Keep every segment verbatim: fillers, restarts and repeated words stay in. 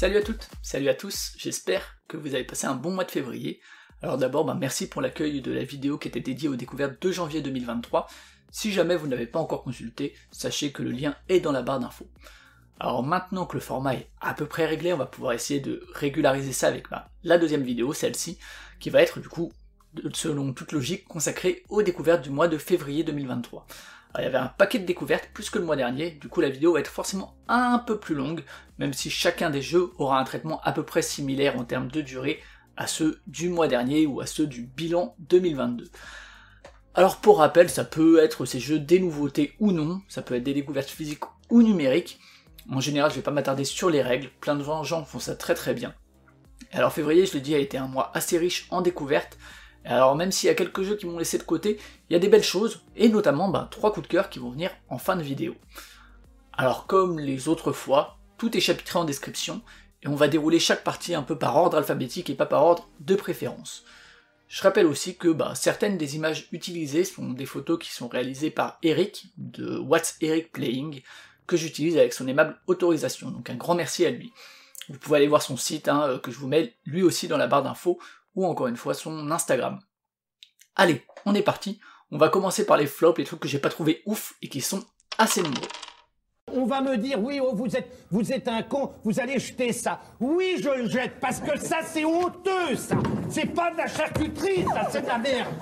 Salut à toutes, salut à tous, j'espère que vous avez passé un bon mois de février. Alors d'abord, bah merci pour l'accueil de la vidéo qui était dédiée aux découvertes de janvier deux mille vingt-trois. Si jamais vous n'avez pas encore consulté, sachez que le lien est dans la barre d'infos. Alors maintenant que le format est à peu près réglé, on va pouvoir essayer de régulariser ça avec bah, la deuxième vidéo, celle-ci, qui va être du coup, selon toute logique, consacrée aux découvertes du mois de février deux mille vingt-trois. Alors, il y avait un paquet de découvertes plus que le mois dernier, du coup la vidéo va être forcément un peu plus longue, même si chacun des jeux aura un traitement à peu près similaire en termes de durée à ceux du mois dernier ou à ceux du bilan deux mille vingt-deux. Alors pour rappel, ça peut être ces jeux des nouveautés ou non, ça peut être des découvertes physiques ou numériques. En général, je vais pas m'attarder sur les règles, plein de gens font ça très très bien. Alors février, je l'ai dit, a été un mois assez riche en découvertes. Alors même s'il y a quelques jeux qui m'ont laissé de côté, il y a des belles choses, et notamment bah, trois coups de cœur qui vont venir en fin de vidéo. Alors comme les autres fois, tout est chapitré en description, et on va dérouler chaque partie un peu par ordre alphabétique et pas par ordre de préférence. Je rappelle aussi que bah, certaines des images utilisées sont des photos qui sont réalisées par Eric, de What's Eric Playing, que j'utilise avec son aimable autorisation, donc un grand merci à lui. Vous pouvez aller voir son site, hein, que je vous mets lui aussi dans la barre d'infos, ou encore une fois son Instagram. Allez, on est parti, on va commencer par les flops, les trucs que j'ai pas trouvé ouf et qui sont assez nombreux. On va me dire, oui, oh, vous êtes, vous êtes un con, vous allez jeter ça. Oui, je le jette, parce que ça, c'est honteux, ça. C'est pas de la charcuterie, ça, c'est de la merde.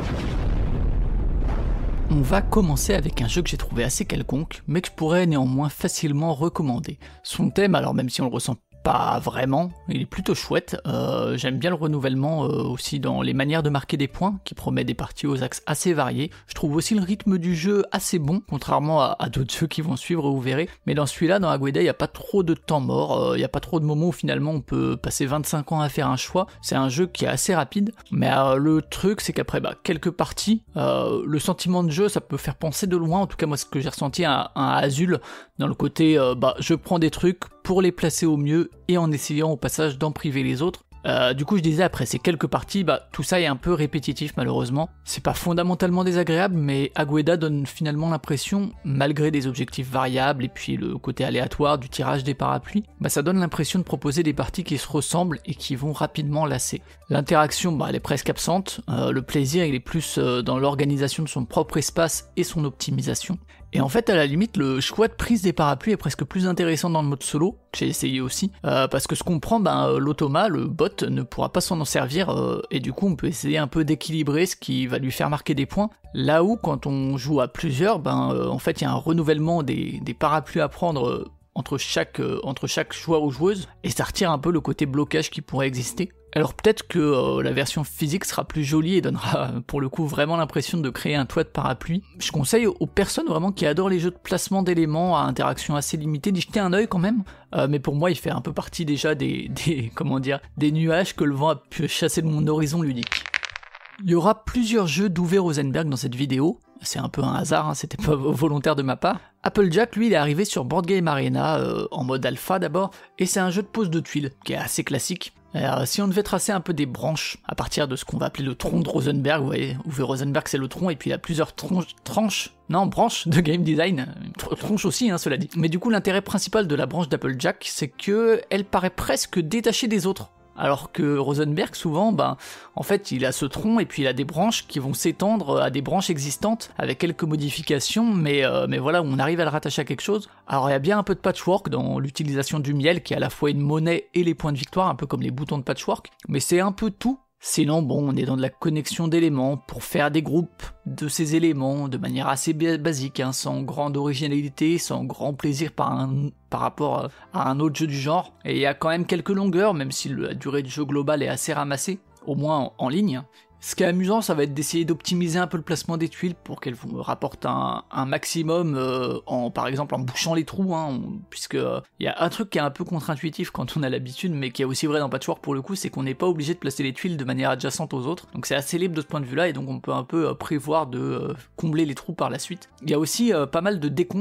On va commencer avec un jeu que j'ai trouvé assez quelconque, mais que je pourrais néanmoins facilement recommander. Son thème, alors même si on le ressent pas vraiment, il est plutôt chouette, euh, j'aime bien le renouvellement euh, aussi dans les manières de marquer des points, qui promet des parties aux axes assez variés. Je trouve aussi le rythme du jeu assez bon, contrairement à, à d'autres jeux qui vont suivre, vous verrez, mais dans celui-là, dans Agueda, il n'y a pas trop de temps mort, euh, il n'y a pas trop de moments où finalement on peut passer vingt-cinq ans à faire un choix, c'est un jeu qui est assez rapide, mais euh, le truc c'est qu'après bah, quelques parties, euh, le sentiment de jeu ça peut faire penser de loin, en tout cas moi ce que j'ai ressenti à un Azul, dans le côté euh, bah je prends des trucs pour les placer au mieux et en essayant au passage d'en priver les autres. Euh, du coup je disais après ces quelques parties, bah tout ça est un peu répétitif malheureusement. C'est pas fondamentalement désagréable, mais Agueda donne finalement l'impression, malgré des objectifs variables et puis le côté aléatoire du tirage des parapluies, bah ça donne l'impression de proposer des parties qui se ressemblent et qui vont rapidement lasser. L'interaction, bah elle est presque absente, euh, le plaisir il est plus euh, dans l'organisation de son propre espace et son optimisation. Et en fait, à la limite, le choix de prise des parapluies est presque plus intéressant dans le mode solo, que j'ai essayé aussi, euh, parce que ce qu'on prend, ben, l'automa, le bot, ne pourra pas s'en en servir, euh, et du coup on peut essayer un peu d'équilibrer ce qui va lui faire marquer des points, là où quand on joue à plusieurs, ben, euh, en fait il y a un renouvellement des, des parapluies à prendre euh, entre, chaque, euh, entre chaque joueur ou joueuse, et ça retire un peu le côté blocage qui pourrait exister. Alors peut-être que euh, la version physique sera plus jolie et donnera pour le coup vraiment l'impression de créer un toit de parapluie. Je conseille aux personnes vraiment qui adorent les jeux de placement d'éléments à interaction assez limitée d'y jeter un œil quand même, euh, mais pour moi il fait un peu partie déjà des, des, comment dire, des nuages que le vent a pu chasser de mon horizon ludique. Il y aura plusieurs jeux d'Uwe Rosenberg dans cette vidéo, c'est un peu un hasard, hein, c'était pas volontaire de ma part. Applejack, lui, il est arrivé sur Board Game Arena, euh, en mode alpha d'abord, et c'est un jeu de pose de tuiles, qui est assez classique. Alors, si on devait tracer un peu des branches, à partir de ce qu'on va appeler le tronc de Rosenberg, vous voyez, Uwe Rosenberg c'est le tronc, et puis il a plusieurs tronches, tranches, non, branches de game design, tr tronche aussi, hein, cela dit. Mais du coup, l'intérêt principal de la branche d'Applejack, c'est que elle paraît presque détachée des autres. Alors que Rosenberg, souvent, ben, en fait, il a ce tronc et puis il a des branches qui vont s'étendre à des branches existantes avec quelques modifications, mais, euh, mais voilà, on arrive à le rattacher à quelque chose. Alors il y a bien un peu de patchwork dans l'utilisation du miel, qui est à la fois une monnaie et les points de victoire, un peu comme les boutons de patchwork, mais c'est un peu tout. Sinon, bon, on est dans de la connexion d'éléments pour faire des groupes de ces éléments de manière assez basique, hein, sans grande originalité, sans grand plaisir par, un, par rapport à un autre jeu du genre. Et il y a quand même quelques longueurs, même si la durée du jeu global est assez ramassée, au moins en, en ligne. Ce qui est amusant, ça va être d'essayer d'optimiser un peu le placement des tuiles pour qu'elles vous rapportent un, un maximum, euh, en, par exemple en bouchant les trous, hein, puisque il euh, y a un truc qui est un peu contre-intuitif quand on a l'habitude, mais qui est aussi vrai dans Patchwork pour le coup, c'est qu'on n'est pas obligé de placer les tuiles de manière adjacente aux autres, donc c'est assez libre de ce point de vue-là, et donc on peut un peu euh, prévoir de euh, combler les trous par la suite. Il y a aussi euh, pas mal de décomptes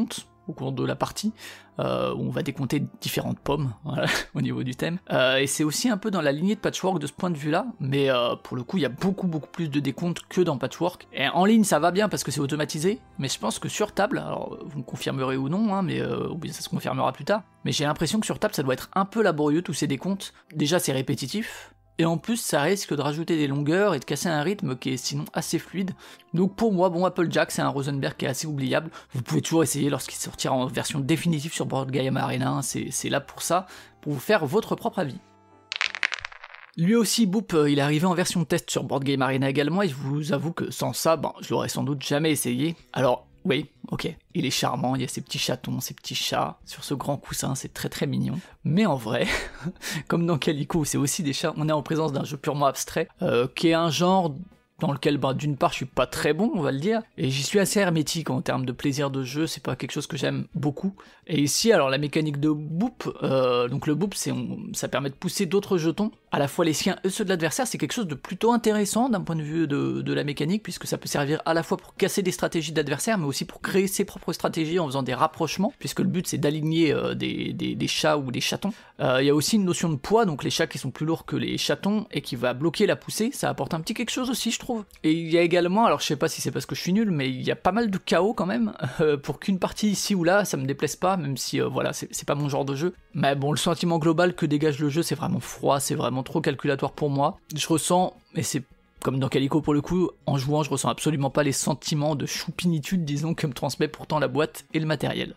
au cours de la partie, euh, où on va décompter différentes pommes, voilà, au niveau du thème. Euh, et c'est aussi un peu dans la lignée de Patchwork de ce point de vue-là, mais euh, pour le coup, il y a beaucoup beaucoup plus de décompte que dans Patchwork. Et en ligne, ça va bien parce que c'est automatisé, mais je pense que sur table, alors vous me confirmerez ou non, hein, mais euh, ou bien ça se confirmera plus tard, mais j'ai l'impression que sur table, ça doit être un peu laborieux tous ces décomptes. Déjà, c'est répétitif. Et en plus, ça risque de rajouter des longueurs et de casser un rythme qui est sinon assez fluide. Donc pour moi, bon, Applejack, c'est un Rosenberg qui est assez oubliable. Vous pouvez toujours essayer lorsqu'il sortira en version définitive sur Board Game Arena, c'est là pour ça, pour vous faire votre propre avis. Lui aussi, Boop, il est arrivé en version test sur Board Game Arena également, et je vous avoue que sans ça, ben, je l'aurais sans doute jamais essayé. Alors, oui, ok, il est charmant, il y a ses petits chatons, ses petits chats, sur ce grand coussin, c'est très très mignon. Mais en vrai, comme dans Calico, c'est aussi des chats, on est en présence d'un jeu purement abstrait, euh, qui est un genre dans lequel, bah, d'une part, je suis pas très bon, on va le dire, et j'y suis assez hermétique en termes de plaisir de jeu, c'est pas quelque chose que j'aime beaucoup. Et ici, alors la mécanique de Boop, euh, donc le Boop, c'est, on, ça permet de pousser d'autres jetons, à la fois les siens et ceux de l'adversaire, c'est quelque chose de plutôt intéressant d'un point de vue de, de la mécanique, puisque ça peut servir à la fois pour casser des stratégies d'adversaires, mais aussi pour créer ses propres stratégies en faisant des rapprochements, puisque le but c'est d'aligner euh, des, des, des chats ou des chatons. Il euh, y a aussi une notion de poids, donc les chats qui sont plus lourds que les chatons, et qui va bloquer la poussée, ça apporte un petit quelque chose aussi, je trouve. Et il y a également, alors je sais pas si c'est parce que je suis nul, mais il y a pas mal de chaos quand même, euh, pour qu'une partie ici ou là, ça me déplaise pas, même si euh, voilà, c'est pas mon genre de jeu. Mais bon, le sentiment global que dégage le jeu, c'est vraiment froid, c'est vraiment trop calculatoire pour moi. Je ressens, et c'est comme dans Calico pour le coup, en jouant, je ressens absolument pas les sentiments de choupinitude, disons, que me transmet pourtant la boîte et le matériel.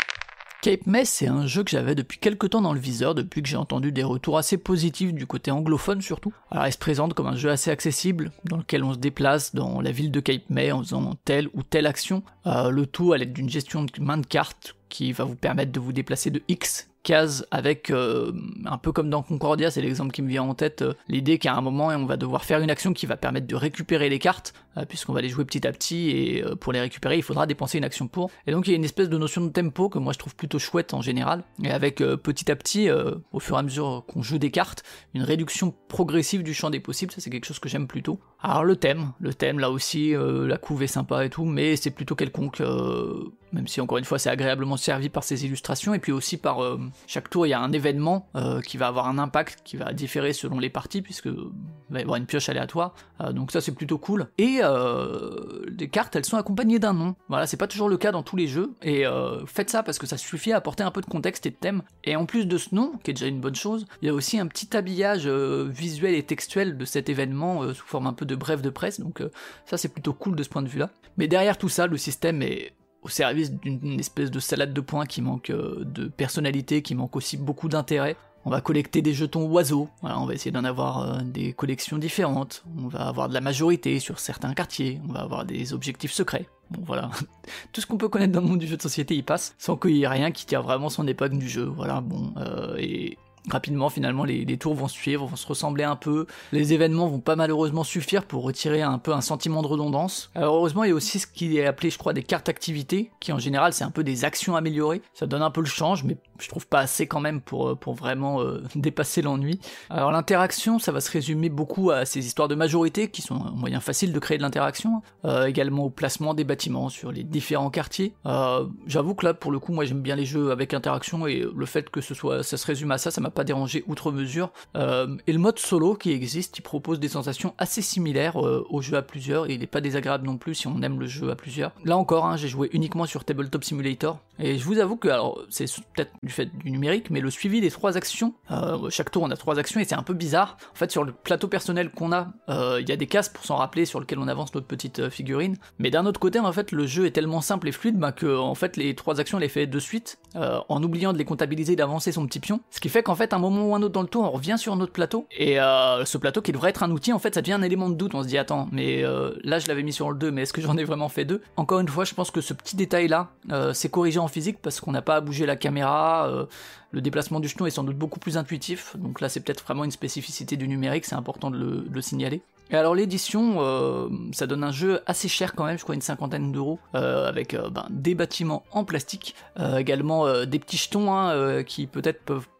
Cape May, c'est un jeu que j'avais depuis quelques temps dans le viseur, depuis que j'ai entendu des retours assez positifs du côté anglophone surtout. Alors il se présente comme un jeu assez accessible, dans lequel on se déplace dans la ville de Cape May en faisant telle ou telle action, euh, le tout à l'aide d'une gestion de main de cartes qui va vous permettre de vous déplacer de X cases avec, euh, un peu comme dans Concordia, c'est l'exemple qui me vient en tête, euh, l'idée qu'à un moment on va devoir faire une action qui va permettre de récupérer les cartes, euh, puisqu'on va les jouer petit à petit, et euh, pour les récupérer il faudra dépenser une action pour. Et donc il y a une espèce de notion de tempo que moi je trouve plutôt chouette en général, et avec euh, petit à petit, euh, au fur et à mesure qu'on joue des cartes, une réduction progressive du champ des possibles, ça c'est quelque chose que j'aime plutôt. Alors le thème, le thème là aussi, euh, la couve est sympa et tout, mais c'est plutôt quelconque, euh, même si encore une fois c'est agréablement servi par ses illustrations, et puis aussi par euh, chaque tour il y a un événement euh, qui va avoir un impact, qui va différer selon les parties, puisque il va y avoir une pioche aléatoire, euh, donc ça c'est plutôt cool. Et euh, les cartes elles sont accompagnées d'un nom, voilà, c'est pas toujours le cas dans tous les jeux, et euh, faites ça parce que ça suffit à apporter un peu de contexte et de thème, et en plus de ce nom, qui est déjà une bonne chose, il y a aussi un petit habillage euh, visuel et textuel de cet événement euh, sous forme un peu de brève de presse, donc euh, ça c'est plutôt cool de ce point de vue là. Mais derrière tout ça, le système est au service d'une espèce de salade de points qui manque euh, de personnalité, qui manque aussi beaucoup d'intérêt. On va collecter des jetons oiseaux, voilà, on va essayer d'en avoir euh, des collections différentes, on va avoir de la majorité sur certains quartiers, on va avoir des objectifs secrets. Bon voilà, tout ce qu'on peut connaître dans le monde du jeu de société y passe, sans qu'il y ait rien qui tire vraiment son épingle du jeu, voilà, bon, euh, et... rapidement finalement les, les tours vont suivre, vont se ressembler un peu, les événements vont pas malheureusement suffire pour retirer un peu un sentiment de redondance. Alors heureusement il y a aussi ce qui est appelé je crois des cartes activités, qui en général c'est un peu des actions améliorées, ça donne un peu le change, mais je trouve pas assez quand même pour, pour vraiment euh, dépasser l'ennui. Alors l'interaction ça va se résumer beaucoup à ces histoires de majorité qui sont un moyen facile de créer de l'interaction, euh, également au placement des bâtiments sur les différents quartiers. Euh, j'avoue que là pour le coup moi j'aime bien les jeux avec interaction, et le fait que ce soit ça se résume à ça, ça m'a pas dérangé outre mesure. Euh, et le mode solo qui existe, il propose des sensations assez similaires euh, au jeu à plusieurs, et il est pas désagréable non plus si on aime le jeu à plusieurs. Là encore, hein, j'ai joué uniquement sur Tabletop Simulator, et je vous avoue que, alors c'est peut-être du fait du numérique, mais le suivi des trois actions, euh, chaque tour on a trois actions, et c'est un peu bizarre. En fait sur le plateau personnel qu'on a, il euh, y a des cases pour s'en rappeler sur lequel on avance notre petite euh, figurine, mais d'un autre côté en fait le jeu est tellement simple et fluide bah, que en fait les trois actions on les fait de suite, euh, en oubliant de les comptabiliser, d'avancer son petit pion, ce qui fait qu'en fait un moment ou un autre dans le tour, on revient sur notre plateau, et euh, ce plateau qui devrait être un outil, en fait ça devient un élément de doute, on se dit attends, mais euh, là je l'avais mis sur le deux, mais est-ce que j'en ai vraiment fait deux? Encore une fois, je pense que ce petit détail là, euh, c'est corrigé en physique parce qu'on n'a pas à bouger la caméra, euh, le déplacement du jeton est sans doute beaucoup plus intuitif, donc là c'est peut-être vraiment une spécificité du numérique, c'est important de le, de le signaler. Et alors l'édition, euh, ça donne un jeu assez cher quand même, je crois une cinquantaine d'euros, euh, avec euh, ben, des bâtiments en plastique, euh, également euh, des petits jetons hein, euh, qui peut-être peuvent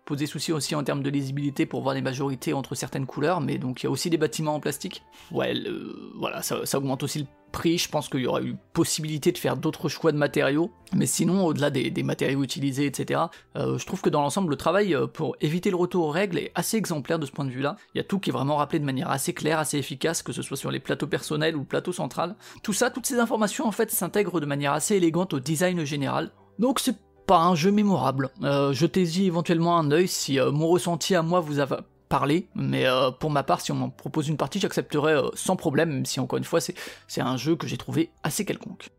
poser souci aussi en termes de lisibilité pour voir les majorités entre certaines couleurs, mais donc il y a aussi des bâtiments en plastique. Ouais, le, voilà, ça, ça augmente aussi le prix, je pense qu'il y aurait eu possibilité de faire d'autres choix de matériaux, mais sinon, au-delà des, des matériaux utilisés, et cetera, euh, je trouve que dans l'ensemble, le travail pour éviter le retour aux règles est assez exemplaire de ce point de vue-là. Il y a tout qui est vraiment rappelé de manière assez claire, assez efficace, que ce soit sur les plateaux personnels ou le plateau central. Tout ça, toutes ces informations, en fait, s'intègrent de manière assez élégante au design général, donc c'est pas un jeu mémorable. Euh, jetez-y éventuellement un œil si euh, mon ressenti à moi vous a parler, mais euh, pour ma part, si on m'en propose une partie, j'accepterai euh, sans problème, même si encore une fois, c'est, c'est un jeu que j'ai trouvé assez quelconque.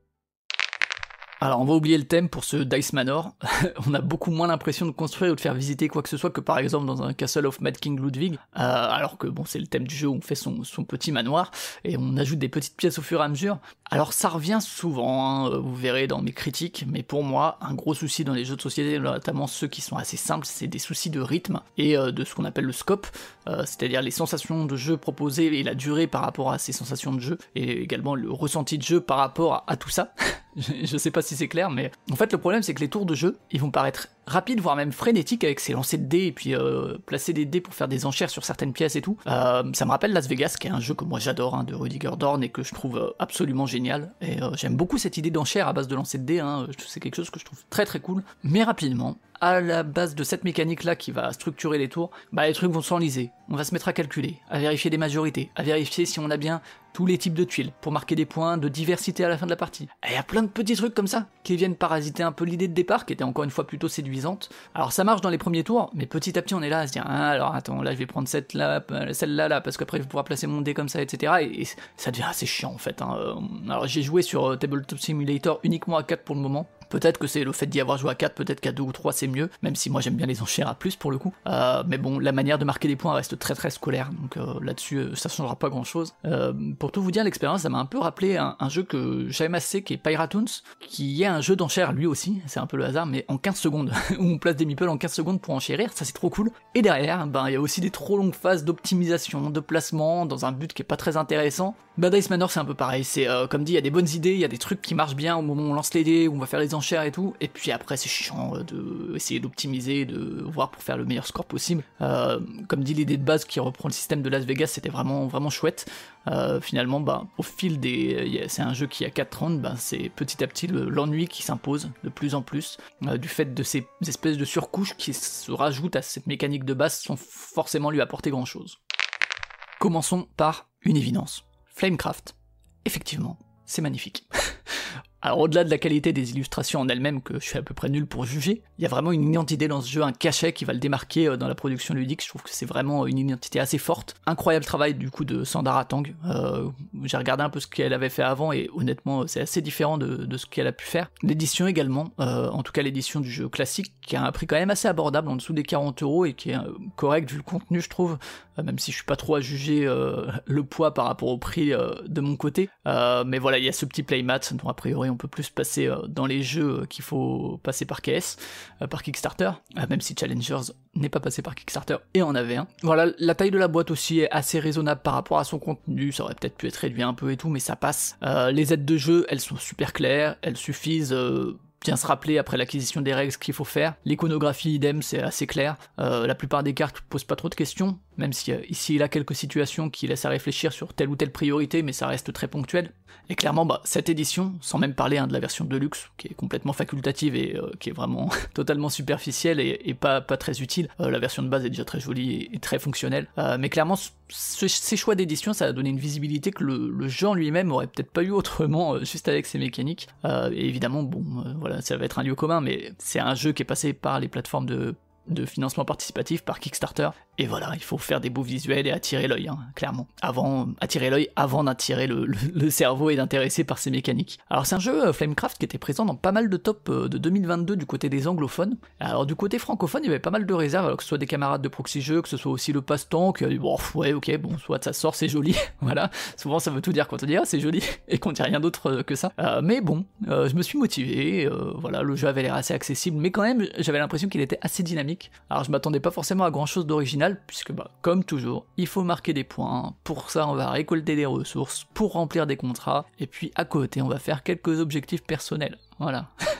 Alors on va oublier le thème pour ce Dice Manor, on a beaucoup moins l'impression de construire ou de faire visiter quoi que ce soit que par exemple dans un Castle of Mad King Ludwig, euh, alors que bon c'est le thème du jeu où on fait son, son petit manoir, et on ajoute des petites pièces au fur et à mesure. Alors ça revient souvent, hein, vous verrez dans mes critiques, mais pour moi, un gros souci dans les jeux de société, notamment ceux qui sont assez simples, c'est des soucis de rythme et euh, de ce qu'on appelle le scope, euh, c'est-à-dire les sensations de jeu proposées et la durée par rapport à ces sensations de jeu, et également le ressenti de jeu par rapport à, à tout ça. Je sais pas si c'est clair, mais en fait le problème c'est que les tours de jeu, ils vont paraître rapides, voire même frénétiques avec ces lancers de dés et puis euh, placer des dés pour faire des enchères sur certaines pièces et tout. Euh, ça me rappelle Las Vegas, qui est un jeu que moi j'adore, hein, de Rudiger Dorn, et que je trouve euh, absolument génial. Et euh, j'aime beaucoup cette idée d'enchères à base de lancer de dés, hein, c'est quelque chose que je trouve très très cool. Mais rapidement, à la base de cette mécanique-là qui va structurer les tours, bah les trucs vont s'enliser. On va se mettre à calculer, à vérifier des majorités, à vérifier si on a bien tous les types de tuiles, pour marquer des points de diversité à la fin de la partie. Et il y a plein de petits trucs comme ça, qui viennent parasiter un peu l'idée de départ, qui était encore une fois plutôt séduisante. Alors ça marche dans les premiers tours, mais petit à petit on est là à se dire, ah alors attends, là je vais prendre cette là, celle-là, là, parce qu'après je vais pouvoir placer mon dé comme ça, et cetera. Et, et ça devient assez chiant en fait. Hein. Alors j'ai joué sur Tabletop Simulator uniquement à quatre pour le moment. Peut-être que c'est le fait d'y avoir joué à quatre, peut-être qu'à deux ou trois c'est mieux, même si moi j'aime bien les enchères à plus pour le coup. Euh, mais bon, la manière de marquer des points reste très très scolaire, donc euh, là-dessus euh, ça changera pas grand-chose. Euh, pour tout vous dire, l'expérience, ça m'a un peu rappelé un, un jeu que j'aime assez, qui est Pyratoons, qui est un jeu d'enchères lui aussi, c'est un peu le hasard, mais en quinze secondes, où on place des meeples en quinze secondes pour enchérir, ça c'est trop cool. Et derrière, ben il y a aussi des trop longues phases d'optimisation, de placement, dans un but qui est pas très intéressant. Bah Dice Manor c'est un peu pareil, c'est euh, comme dit, il y a des bonnes idées, il y a des trucs qui marchent bien au moment où on lance les dés, où on va faire les enchères et tout, et puis après c'est chiant euh, de essayer d'optimiser, de voir pour faire le meilleur score possible. Euh, comme dit, l'idée de base qui reprend le système de Las Vegas, c'était vraiment vraiment chouette. Euh, finalement, bah, au fil des, c'est un jeu qui a quatre rounds, bah, c'est petit à petit le, l'ennui qui s'impose de plus en plus, euh, du fait de ces espèces de surcouches qui se rajoutent à cette mécanique de base sans forcément lui apporter grand chose. Commençons par une évidence. Flamecraft, effectivement, c'est magnifique. Alors au-delà de la qualité des illustrations en elles-mêmes, que je suis à peu près nul pour juger, il y a vraiment une identité dans ce jeu, un cachet qui va le démarquer dans la production ludique. Je trouve que c'est vraiment une identité assez forte. Incroyable travail du coup de Sandara Tang. Euh, j'ai regardé un peu ce qu'elle avait fait avant et honnêtement c'est assez différent de, de ce qu'elle a pu faire. L'édition également, euh, en tout cas l'édition du jeu classique, qui a un prix quand même assez abordable, en dessous des quarante euros, et qui est euh, correct vu le contenu je trouve, euh, même si je suis pas trop à juger euh, le poids par rapport au prix euh, de mon côté. Euh, mais voilà, il y a ce petit playmat dont a priori on peut plus passer euh, dans les jeux euh, qu'il faut passer par K S, euh, par Kickstarter, euh, même si Challengers n'est pas passé par Kickstarter et en avait un. Voilà, la taille de la boîte aussi est assez raisonnable par rapport à son contenu, ça aurait peut-être pu être réduit un peu et tout, mais ça passe. Euh, les aides de jeu, elles sont super claires, elles suffisent... Euh, bien se rappeler après l'acquisition des règles ce qu'il faut faire. L'iconographie idem, c'est assez clair. Euh, la plupart des cartes posent pas trop de questions, même si euh, ici il a quelques situations qui laissent à réfléchir sur telle ou telle priorité, mais ça reste très ponctuel. Et clairement, bah, cette édition, sans même parler hein, de la version Deluxe, qui est complètement facultative et euh, qui est vraiment totalement superficielle et, et pas, pas très utile, euh, la version de base est déjà très jolie et, et très fonctionnelle. Euh, mais clairement, ce, ces choix d'édition, ça a donné une visibilité que le, le jeu en lui-même aurait peut-être pas eu autrement, euh, juste avec ses mécaniques. Euh, et évidemment, bon, euh, voilà, ça va être un lieu commun, mais c'est un jeu qui est passé par les plateformes de de financement participatif, par Kickstarter, et voilà, il faut faire des beaux visuels et attirer l'œil, hein, clairement. Avant, attirer l'œil avant d'attirer le, le, le cerveau et d'intéresser par ses mécaniques. Alors c'est un jeu, euh, Flamecraft, qui était présent dans pas mal de tops euh, de deux mille vingt-deux du côté des anglophones. Alors du côté francophone, il y avait pas mal de réserves, alors que ce soit des camarades de proxy jeux, que ce soit aussi le passe-temps, que bon, ouais, ok, bon, soit ça sort, c'est joli, voilà. Souvent ça veut tout dire quand on dit ah c'est joli, et qu'on dit rien d'autre euh, que ça. Euh, mais bon, euh, je me suis motivé, euh, voilà, le jeu avait l'air assez accessible, mais quand même, j'avais l'impression qu'il était assez dynamique. Alors je m'attendais pas forcément à grand chose d'original, puisque bah, comme toujours, il faut marquer des points, pour ça on va récolter des ressources, pour remplir des contrats, et puis à côté on va faire quelques objectifs personnels, voilà.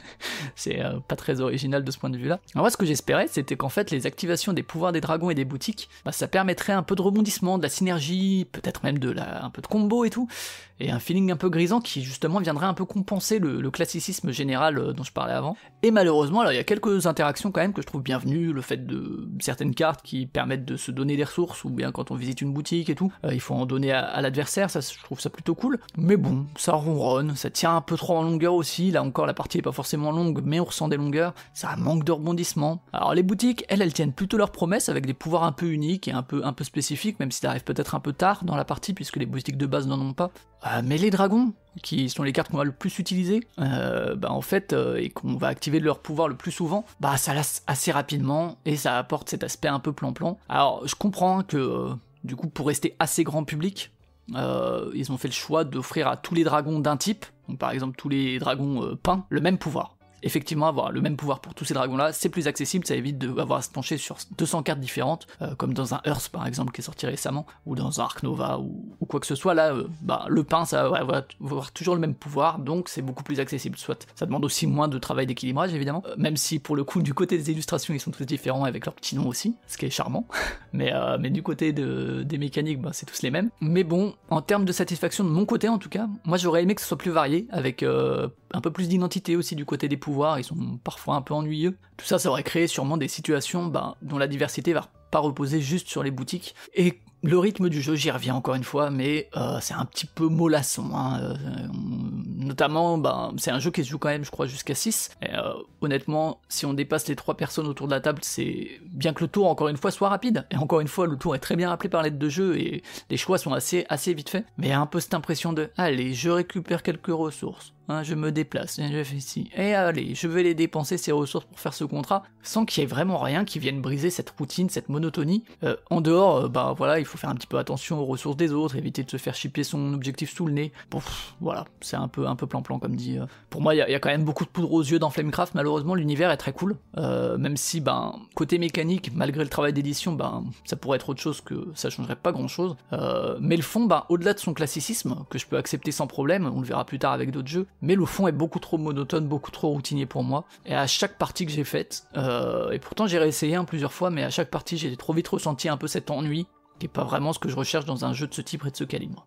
c'est euh, pas très original de ce point de vue-là. Alors moi, ce que j'espérais, c'était qu'en fait, les activations des pouvoirs des dragons et des boutiques, bah, ça permettrait un peu de rebondissement, de la synergie, peut-être même de la, un peu de combo et tout, et un feeling un peu grisant qui justement viendrait un peu compenser le, le classicisme général euh, dont je parlais avant. Et malheureusement, alors il y a quelques interactions quand même que je trouve bienvenues, le fait de certaines cartes qui permettent de se donner des ressources, ou bien quand on visite une boutique et tout, euh, il faut en donner à, à l'adversaire, ça je trouve ça plutôt cool. Mais bon, ça ronronne, ça tient un peu trop en longueur aussi, là encore la partie est pas forcément longue, mais on ressent des longueurs, ça manque de rebondissement. Alors les boutiques, elles, elles tiennent plutôt leurs promesses avec des pouvoirs un peu uniques et un peu, un peu spécifiques, même si ça arrive peut-être un peu tard dans la partie, puisque les boutiques de base n'en ont pas. Euh, mais les dragons, qui sont les cartes qu'on va le plus utiliser, euh, bah en fait, euh, et qu'on va activer de leur pouvoir le plus souvent, bah ça lasse assez rapidement, et ça apporte cet aspect un peu plan-plan. Alors je comprends que, euh, du coup, pour rester assez grand public, euh, ils ont fait le choix d'offrir à tous les dragons d'un type, donc par exemple tous les dragons euh, peints, le même pouvoir. Effectivement, avoir le même pouvoir pour tous ces dragons-là, c'est plus accessible, ça évite d'avoir à se pencher sur deux cents cartes différentes, euh, comme dans un Hearth par exemple qui est sorti récemment, ou dans un Arc Nova, ou, ou quoi que ce soit. Là, euh, bah, le pain, ça va, va avoir toujours le même pouvoir, donc c'est beaucoup plus accessible. Soit ça demande aussi moins de travail d'équilibrage, évidemment, euh, même si pour le coup, du côté des illustrations, ils sont tous différents avec leurs petits noms aussi, ce qui est charmant. mais, euh, mais du côté de, des mécaniques, bah, c'est tous les mêmes. Mais bon, en termes de satisfaction de mon côté en tout cas, moi j'aurais aimé que ce soit plus varié, avec euh, un peu plus d'identité aussi du côté des pouvoirs, ils sont parfois un peu ennuyeux. Tout ça, ça aurait créé sûrement des situations bah, dont la diversité va pas reposer juste sur les boutiques. Et le rythme du jeu, j'y reviens encore une fois, mais euh, c'est un petit peu mollasson. Hein. Euh, notamment, bah, c'est un jeu qui se joue quand même, je crois, jusqu'à six. Et, euh, honnêtement, si on dépasse les trois personnes autour de la table, c'est bien que le tour, encore une fois, soit rapide. Et encore une fois, le tour est très bien rappelé par l'aide de jeu, et les choix sont assez, assez vite faits. Mais il y a un peu cette impression de « Allez, je récupère quelques ressources. » Hein, je me déplace, je fais ci, et allez, je vais les dépenser ces ressources pour faire ce contrat, sans qu'il y ait vraiment rien qui vienne briser cette routine, cette monotonie. Euh, en dehors, euh, bah voilà, il faut faire un petit peu attention aux ressources des autres, éviter de se faire chipper son objectif sous le nez. Bon, pff, voilà, c'est un peu un peu plan-plan comme dit. Euh. Pour moi, il y, y a quand même beaucoup de poudre aux yeux dans Flamecraft, malheureusement, l'univers est très cool, euh, même si, ben, côté mécanique, malgré le travail d'édition, ben, ça pourrait être autre chose que ça changerait pas grand-chose. Euh, mais le fond, ben, au-delà de son classicisme, que je peux accepter sans problème, on le verra plus tard avec d'autres jeux, mais le fond est beaucoup trop monotone, beaucoup trop routinier pour moi, et à chaque partie que j'ai faite, euh, et pourtant j'ai réessayé hein, plusieurs fois, mais à chaque partie j'ai trop vite ressenti un peu cet ennui, qui est pas vraiment ce que je recherche dans un jeu de ce type et de ce calibre.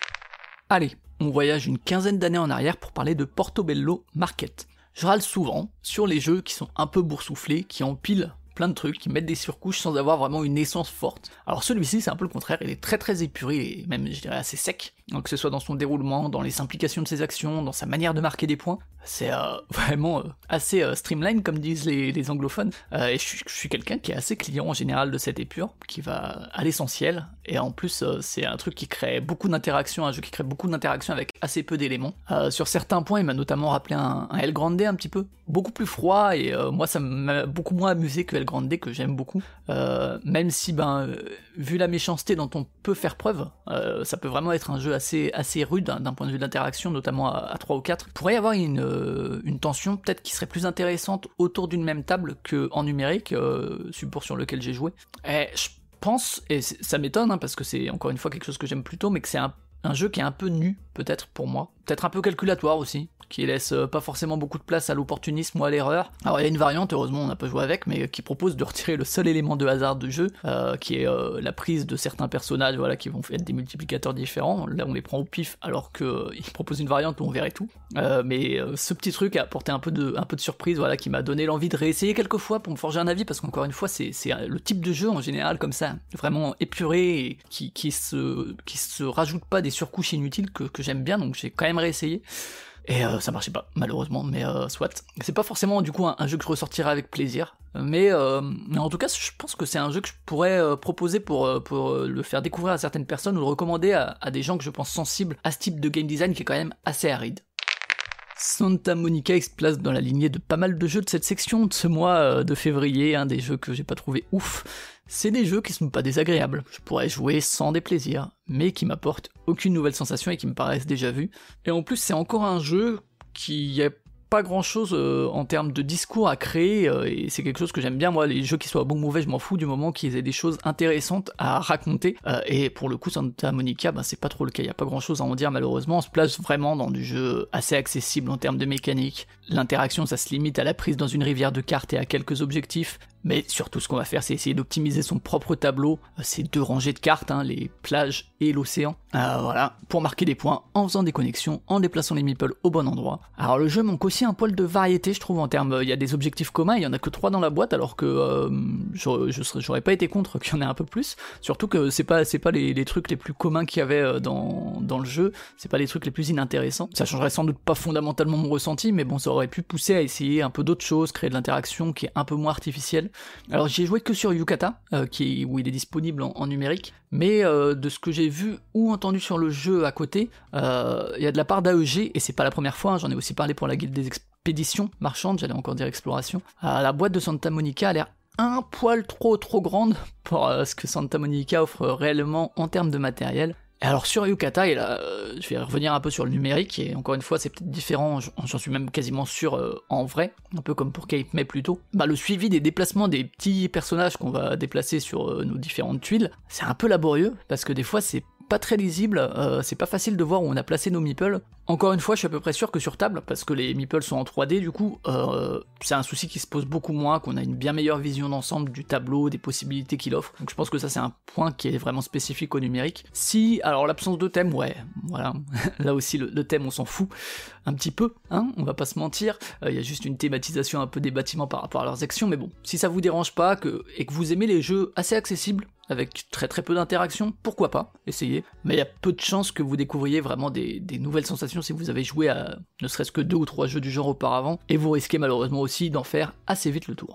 Allez, on voyage une quinzaine d'années en arrière pour parler de Portobello Market. Je râle souvent sur les jeux qui sont un peu boursouflés, qui empilent plein de trucs, qui mettent des surcouches sans avoir vraiment une essence forte. Alors celui-ci c'est un peu le contraire, il est très très épuré et même je dirais assez sec, donc que ce soit dans son déroulement, dans les implications de ses actions, dans sa manière de marquer des points, c'est euh, vraiment euh, assez euh, streamline comme disent les, les anglophones, euh, et je suis, je suis quelqu'un qui est assez client en général de cette épure, qui va à l'essentiel, et en plus euh, c'est un truc qui crée beaucoup d'interactions, un jeu qui crée beaucoup d'interactions avec assez peu d'éléments. Euh, sur certains points il m'a notamment rappelé un, un El Grande un petit peu, beaucoup plus froid, et euh, moi ça m'a beaucoup moins amusé que El Grande que j'aime beaucoup, euh, même si ben euh, vu la méchanceté dont on peut faire preuve, euh, ça peut vraiment être un jeu assez, assez rude hein, d'un point de vue d'interaction, notamment à, à trois ou quatre. Il pourrait y avoir une, euh, une tension peut-être qui serait plus intéressante autour d'une même table qu'en numérique, euh, support sur lequel j'ai joué. Et je pense, et ça m'étonne hein, parce que c'est encore une fois quelque chose que j'aime plutôt, mais que c'est un, un jeu qui est un peu nu peut-être pour moi, peut-être un peu calculatoire aussi, qui laisse pas forcément beaucoup de place à l'opportunisme ou à l'erreur. Alors il y a une variante, heureusement on n'a pas joué avec, mais qui propose de retirer le seul élément de hasard du jeu, euh, qui est euh, la prise de certains personnages, voilà, qui vont être des multiplicateurs différents. Là on les prend au pif, alors qu'il euh, propose une variante où on verrait tout. Euh, mais euh, ce petit truc a apporté un peu de, un peu de surprise, voilà, qui m'a donné l'envie de réessayer quelques fois pour me forger un avis, parce qu'encore une fois c'est, c'est le type de jeu en général comme ça, vraiment épuré, et qui, qui se, qui se rajoute pas des surcouches inutiles que, que j'aime bien, donc j'ai quand même réessayé. Et euh, ça marchait pas, malheureusement, mais euh, soit. C'est pas forcément du coup un, un jeu que je ressortirai avec plaisir, mais, euh, mais en tout cas, je pense que c'est un jeu que je pourrais euh, proposer pour, euh, pour euh, le faire découvrir à certaines personnes, ou le recommander à, à des gens que je pense sensibles à ce type de game design qui est quand même assez aride. Santa Monica se place dans la lignée de pas mal de jeux de cette section de ce mois euh, de février, hein, des jeux que j'ai pas trouvé ouf. C'est des jeux qui sont pas désagréables, je pourrais jouer sans déplaisir, mais qui m'apportent aucune nouvelle sensation et qui me paraissent déjà vus. Et en plus c'est encore un jeu qui est pas grand chose euh, en termes de discours à créer, euh, et c'est quelque chose que j'aime bien, moi, les jeux qui soient bons ou mauvais, je m'en fous du moment qu'ils aient des choses intéressantes à raconter, euh, et pour le coup, Santa Monica, bah, c'est pas trop le cas, il y a pas grand chose à en dire malheureusement, on se place vraiment dans du jeu assez accessible en termes de mécanique, l'interaction ça se limite à la prise dans une rivière de cartes et à quelques objectifs, mais surtout ce qu'on va faire c'est essayer d'optimiser son propre tableau, ces deux rangées de cartes, hein, les plages et l'océan, euh, voilà, pour marquer des points en faisant des connexions, en déplaçant les meeples au bon endroit. Alors le jeu manque aussi un poil de variété je trouve en termes, il y a des objectifs communs, il y en a que trois dans la boîte alors que euh, j'aurais, j'aurais pas été contre qu'il y en ait un peu plus, surtout que c'est pas, c'est pas les, les trucs les plus communs qu'il y avait dans, dans le jeu, c'est pas les trucs les plus inintéressants, ça changerait sans doute pas fondamentalement mon ressenti, mais bon ça aurait pu pousser à essayer un peu d'autres choses, créer de l'interaction qui est un peu moins artificielle. Alors j'y ai joué que sur Yucata, euh, qui, où il est disponible en, en numérique, mais euh, de ce que j'ai vu ou entendu sur le jeu à côté, il euh, y a de la part d'A E G, et c'est pas la première fois, hein, j'en ai aussi parlé pour la guilde des expéditions marchandes, j'allais encore dire exploration, euh, la boîte de Santa Monica a l'air un poil trop trop grande pour euh, ce que Santa Monica offre réellement en termes de matériel. Et alors sur Yucata, et là, euh, je vais revenir un peu sur le numérique, et encore une fois c'est peut-être différent, j'en suis même quasiment sûr euh, en vrai, un peu comme pour Cape May plutôt, bah le suivi des déplacements des petits personnages qu'on va déplacer sur euh, nos différentes tuiles, c'est un peu laborieux, parce que des fois c'est pas très lisible, euh, c'est pas facile de voir où on a placé nos meeples. Encore une fois, je suis à peu près sûr que sur table, parce que les meeples sont en trois D du coup, euh, c'est un souci qui se pose beaucoup moins, qu'on a une bien meilleure vision d'ensemble du tableau, des possibilités qu'il offre, donc je pense que ça c'est un point qui est vraiment spécifique au numérique. Si, alors l'absence de thème, ouais, voilà, là aussi le, le thème on s'en fout un petit peu, hein, on va pas se mentir, il euh, y a juste une thématisation un peu des bâtiments par rapport à leurs actions, mais bon, si ça vous dérange pas, que, et que vous aimez les jeux assez accessibles, avec très très peu d'interaction, pourquoi pas, essayez, mais il y a peu de chances que vous découvriez vraiment des, des nouvelles sensations si vous avez joué à ne serait-ce que deux ou trois jeux du genre auparavant, et vous risquez malheureusement aussi d'en faire assez vite le tour.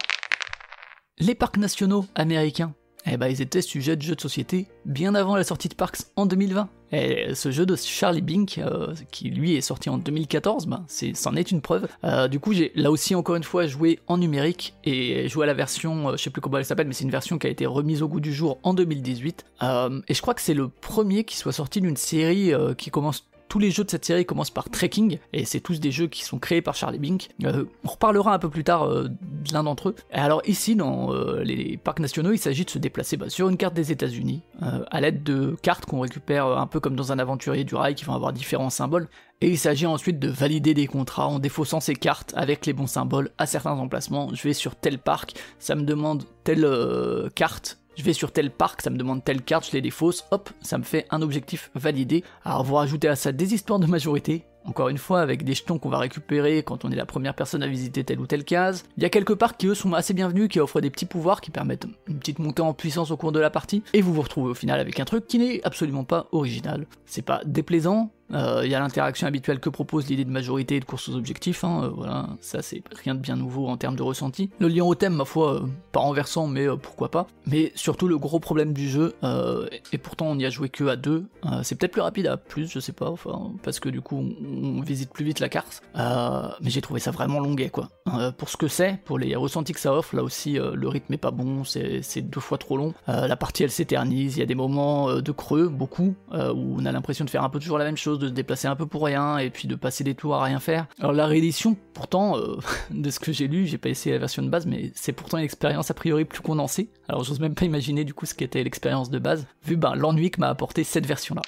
Les parcs nationaux américains, eh ben ils étaient sujets de jeux de société bien avant la sortie de Parks en deux mille vingt. Et ce jeu de Charlie Bink, euh, qui lui est sorti en deux mille quatorze, ben c'est, c'en est une preuve. Euh, du coup j'ai là aussi encore une fois joué en numérique, et joué à la version, euh, je sais plus comment elle s'appelle, mais c'est une version qui a été remise au goût du jour en deux mille dix-huit. Euh, et je crois que c'est le premier qui soit sorti d'une série euh, qui commence... Tous les jeux de cette série commencent par Trekking, et c'est tous des jeux qui sont créés par Charlie Bink. Euh, on reparlera un peu plus tard euh, de l'un d'entre eux. Et alors ici, dans euh, les parcs nationaux, il s'agit de se déplacer bah, sur une carte des États-Unis, euh, à l'aide de cartes qu'on récupère euh, un peu comme dans un aventurier du rail, qui vont avoir différents symboles. Et il s'agit ensuite de valider des contrats en défaussant ces cartes avec les bons symboles à certains emplacements. Je vais sur tel parc, ça me demande telle euh, carte. Je vais sur tel parc, ça me demande telle carte, je les défausse, hop, ça me fait un objectif validé. Alors vous rajoutez à ça des histoires de majorité, encore une fois avec des jetons qu'on va récupérer quand on est la première personne à visiter telle ou telle case. Il y a quelques parcs qui eux sont assez bienvenus, qui offrent des petits pouvoirs qui permettent une petite montée en puissance au cours de la partie, et vous vous retrouvez au final avec un truc qui n'est absolument pas original. C'est pas déplaisant, il euh, y a l'interaction habituelle que propose l'idée de majorité et de course aux objectifs, hein, euh, voilà, ça c'est rien de bien nouveau en termes de ressenti. Le lien au thème, ma foi, euh, pas renversant, mais euh, pourquoi pas. Mais surtout le gros problème du jeu, euh, et pourtant on y a joué que à deux, euh, c'est peut-être plus rapide à plus, je sais pas, enfin, parce que du coup on, on visite plus vite la carte, euh, mais j'ai trouvé ça vraiment longuet quoi. Euh, pour ce que c'est, pour les ressentis que ça offre, là aussi euh, le rythme est pas bon, c'est, c'est deux fois trop long, euh, la partie elle s'éternise, il y a des moments euh, de creux, beaucoup, euh, où on a l'impression de faire un peu toujours la même chose, de se déplacer un peu pour rien, et puis de passer des tours à rien faire. Alors la réédition, pourtant, euh, de ce que j'ai lu, j'ai pas essayé la version de base, mais c'est pourtant une expérience a priori plus condensée, alors j'ose même pas imaginer du coup ce qu'était l'expérience de base, vu ben, l'ennui que m'a apporté cette version-là.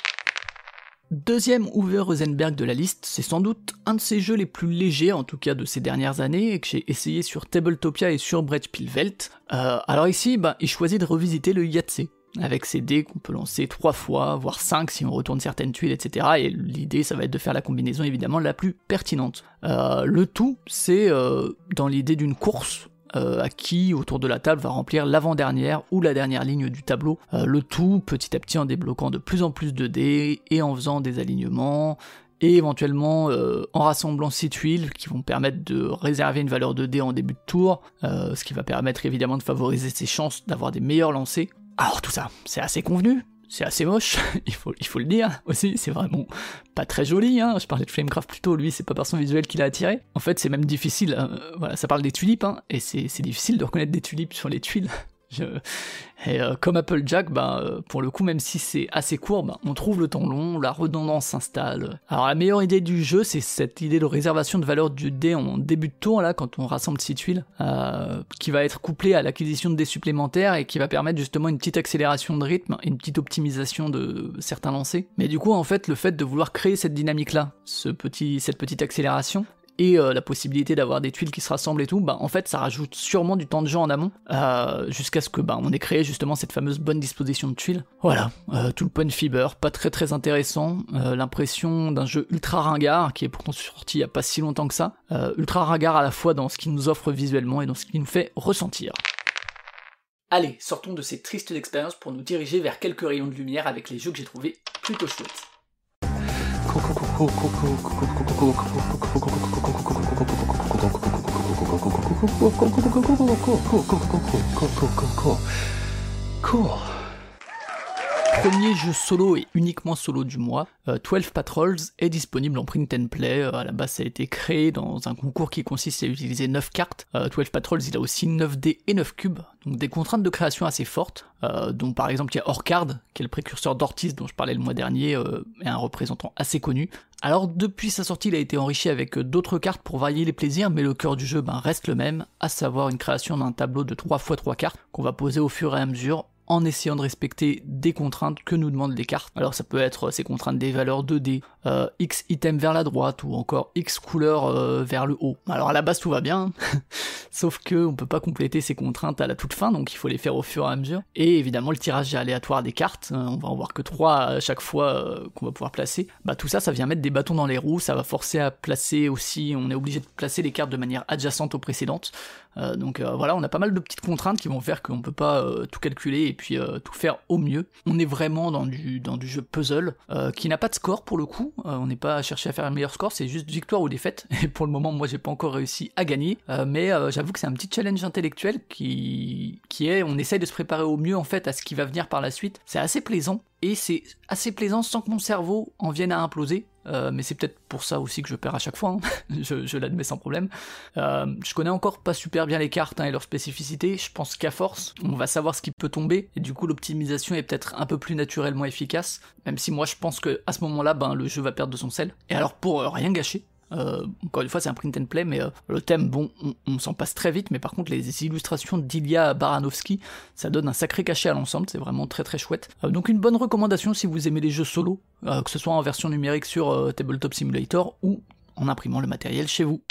Deuxième Uwe Rosenberg de la liste, c'est sans doute un de ces jeux les plus légers, en tout cas de ces dernières années, et que j'ai essayé sur Tabletopia et sur Brettspielwelt. Euh, alors ici, ben, il choisit de revisiter le Yahtzee, avec ces dés qu'on peut lancer trois fois, voire cinq si on retourne certaines tuiles, et cetera. Et l'idée, ça va être de faire la combinaison évidemment la plus pertinente. Euh, le tout, c'est euh, dans l'idée d'une course, euh, à qui, autour de la table, va remplir l'avant-dernière ou la dernière ligne du tableau. Euh, le tout, petit à petit, en débloquant de plus en plus de dés, et en faisant des alignements, et éventuellement euh, en rassemblant six tuiles qui vont permettre de réserver une valeur de dés en début de tour, euh, ce qui va permettre évidemment de favoriser ses chances d'avoir des meilleurs lancers. Alors tout ça, c'est assez convenu, c'est assez moche, il faut, il faut le dire aussi, c'est vraiment pas très joli, hein. Je parlais de Flamecraft plus tôt, lui c'est pas par son visuel qu'il a attiré. En fait c'est même difficile, euh, voilà, ça parle des tulipes, hein, et c'est, c'est difficile de reconnaître des tulipes sur les tuiles. Je... Et euh, comme Applejack, bah, euh, pour le coup, même si c'est assez court, bah, on trouve le temps long, la redondance s'installe. Alors la meilleure idée du jeu, c'est cette idée de réservation de valeur du dé en début de tour, là, quand on rassemble six tuiles, euh, qui va être couplée à l'acquisition de dés supplémentaires et qui va permettre justement une petite accélération de rythme et une petite optimisation de certains lancers. Mais du coup, en fait, le fait de vouloir créer cette dynamique-là, ce petit, cette petite accélération, et euh, la possibilité d'avoir des tuiles qui se rassemblent et tout, bah en fait ça rajoute sûrement du temps de jeu en amont, euh, jusqu'à ce que bah on ait créé justement cette fameuse bonne disposition de tuiles. Voilà, euh, tout le point fiber, pas très très intéressant, euh, l'impression d'un jeu ultra ringard, qui est pourtant sorti il y a pas si longtemps que ça, euh, ultra ringard à la fois dans ce qu'il nous offre visuellement et dans ce qu'il nous fait ressentir. Allez, sortons de ces tristes expériences pour nous diriger vers quelques rayons de lumière avec les jeux que j'ai trouvés plutôt chouettes. Premier jeu solo et uniquement solo du mois, euh, douze Patrols est disponible en print and play. Euh, à la base ça a été créé dans un concours qui consiste à utiliser neuf cartes. Euh, douze Patrols il a aussi neuf dés et neuf cubes, donc des contraintes de création assez fortes, euh, dont par exemple il y a Orcard, qui est le précurseur d'Ortiz dont je parlais le mois dernier, euh, et un représentant assez connu. Alors depuis sa sortie il a été enrichi avec d'autres cartes pour varier les plaisirs, mais le cœur du jeu ben, reste le même, à savoir une création d'un tableau de trois fois trois cartes qu'on va poser au fur et à mesure, en essayant de respecter des contraintes que nous demandent les cartes. Alors ça peut être ces contraintes des valeurs deux dés, euh, X items vers la droite, ou encore X couleurs euh, vers le haut. Alors à la base tout va bien, sauf que on peut pas compléter ces contraintes à la toute fin, donc il faut les faire au fur et à mesure. Et évidemment le tirage aléatoire des cartes, euh, on va en voir que trois à chaque fois euh, qu'on va pouvoir placer. Bah tout ça, ça vient mettre des bâtons dans les roues, ça va forcer à placer aussi, on est obligé de placer les cartes de manière adjacente aux précédentes. Euh, donc euh, voilà, on a pas mal de petites contraintes qui vont faire qu'on peut pas euh, tout calculer et puis euh, tout faire au mieux. On est vraiment dans du, dans du jeu puzzle, euh, qui n'a pas de score pour le coup, euh, on n'est pas à chercher à faire un meilleur score, c'est juste victoire ou défaite, et pour le moment moi j'ai pas encore réussi à gagner, euh, mais euh, j'avoue que c'est un petit challenge intellectuel qui, qui est, on essaye de se préparer au mieux en fait à ce qui va venir par la suite, c'est assez plaisant, et c'est assez plaisant sans que mon cerveau en vienne à imploser. Euh, mais c'est peut-être pour ça aussi que je perds à chaque fois, hein. je, je l'admets sans problème. Euh, je connais encore pas super bien les cartes hein, et leurs spécificités, je pense qu'à force, on va savoir ce qui peut tomber, et du coup l'optimisation est peut-être un peu plus naturellement efficace, même si moi je pense que à ce moment-là, ben, le jeu va perdre de son sel. Et alors pour euh, rien gâcher, Euh, encore une fois c'est un print and play, mais euh, le thème, bon, on, on s'en passe très vite, mais par contre les illustrations d'Ilya Baranovski, ça donne un sacré cachet à l'ensemble, c'est vraiment très très chouette. Euh, donc une bonne recommandation si vous aimez les jeux solo, euh, que ce soit en version numérique sur euh, Tabletop Simulator ou en imprimant le matériel chez vous.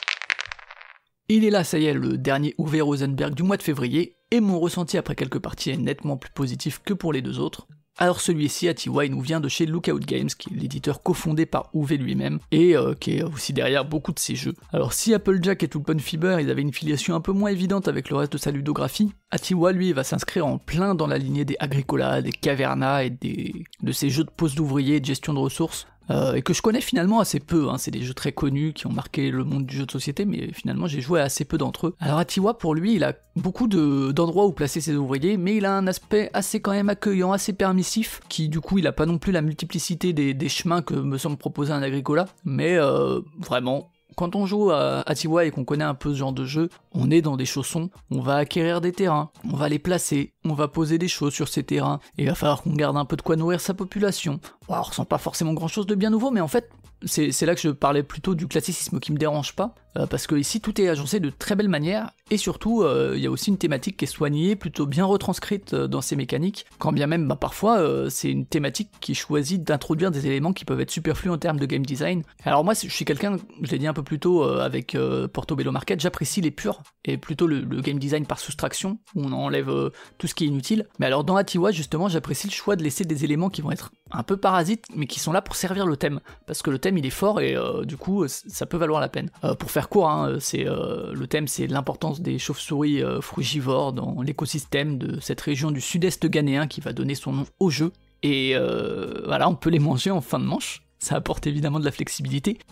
Il est là, ça y est, le dernier Uwe Rosenberg du mois de février, et mon ressenti après quelques parties est nettement plus positif que pour les deux autres. Alors celui-ci, A T Y, nous vient de chez Lookout Games, qui est l'éditeur cofondé par Uwe lui-même, et euh, qui est aussi derrière beaucoup de ses jeux. Alors si Applejack et Tulpen Fiber, ils avaient une filiation un peu moins évidente avec le reste de sa ludographie, A T Y, lui, va s'inscrire en plein dans la lignée des Agricola, des Caverna et des... de ces jeux de pose d'ouvriers et de gestion de ressources, Euh, et que je connais finalement assez peu, hein. C'est des jeux très connus qui ont marqué le monde du jeu de société, mais finalement j'ai joué à assez peu d'entre eux. Alors A T Y, pour lui, il a beaucoup de, d'endroits où placer ses ouvriers, mais il a un aspect assez quand même accueillant, assez permissif, qui du coup il a pas non plus la multiplicité des, des chemins que me semble proposer un Agricola, mais euh, vraiment... Quand on joue à A T Y et qu'on connaît un peu ce genre de jeu, on est dans des chaussons, on va acquérir des terrains, on va les placer, on va poser des choses sur ces terrains, et il va falloir qu'on garde un peu de quoi nourrir sa population. Bon, alors, on ressent pas forcément grand chose de bien nouveau, mais en fait, c'est, c'est là que je parlais plutôt du classicisme qui me dérange pas, euh, parce que ici tout est agencé de très belle manière, et surtout il euh, y a aussi une thématique qui est soignée, plutôt bien retranscrite euh, dans ses mécaniques, quand bien même bah, parfois euh, c'est une thématique qui choisit d'introduire des éléments qui peuvent être superflus en termes de game design. Alors moi je suis quelqu'un, je l'ai dit un peu plus tôt euh, avec euh, Portobello Market, j'apprécie les purs, et plutôt le, le game design par soustraction, où on enlève euh, tout ce qui est inutile, mais alors dans A T Y justement j'apprécie le choix de laisser des éléments qui vont être un peu parasites, mais qui sont là pour servir le thème, parce que le thème il est fort et euh, du coup ça peut valoir la peine. Euh, pour faire court, hein, c'est, euh, le thème c'est l'importance des chauves-souris euh, frugivores dans l'écosystème de cette région du sud-est ghanéen qui va donner son nom au jeu, et euh, voilà, on peut les manger en fin de manche, ça apporte évidemment de la flexibilité, mais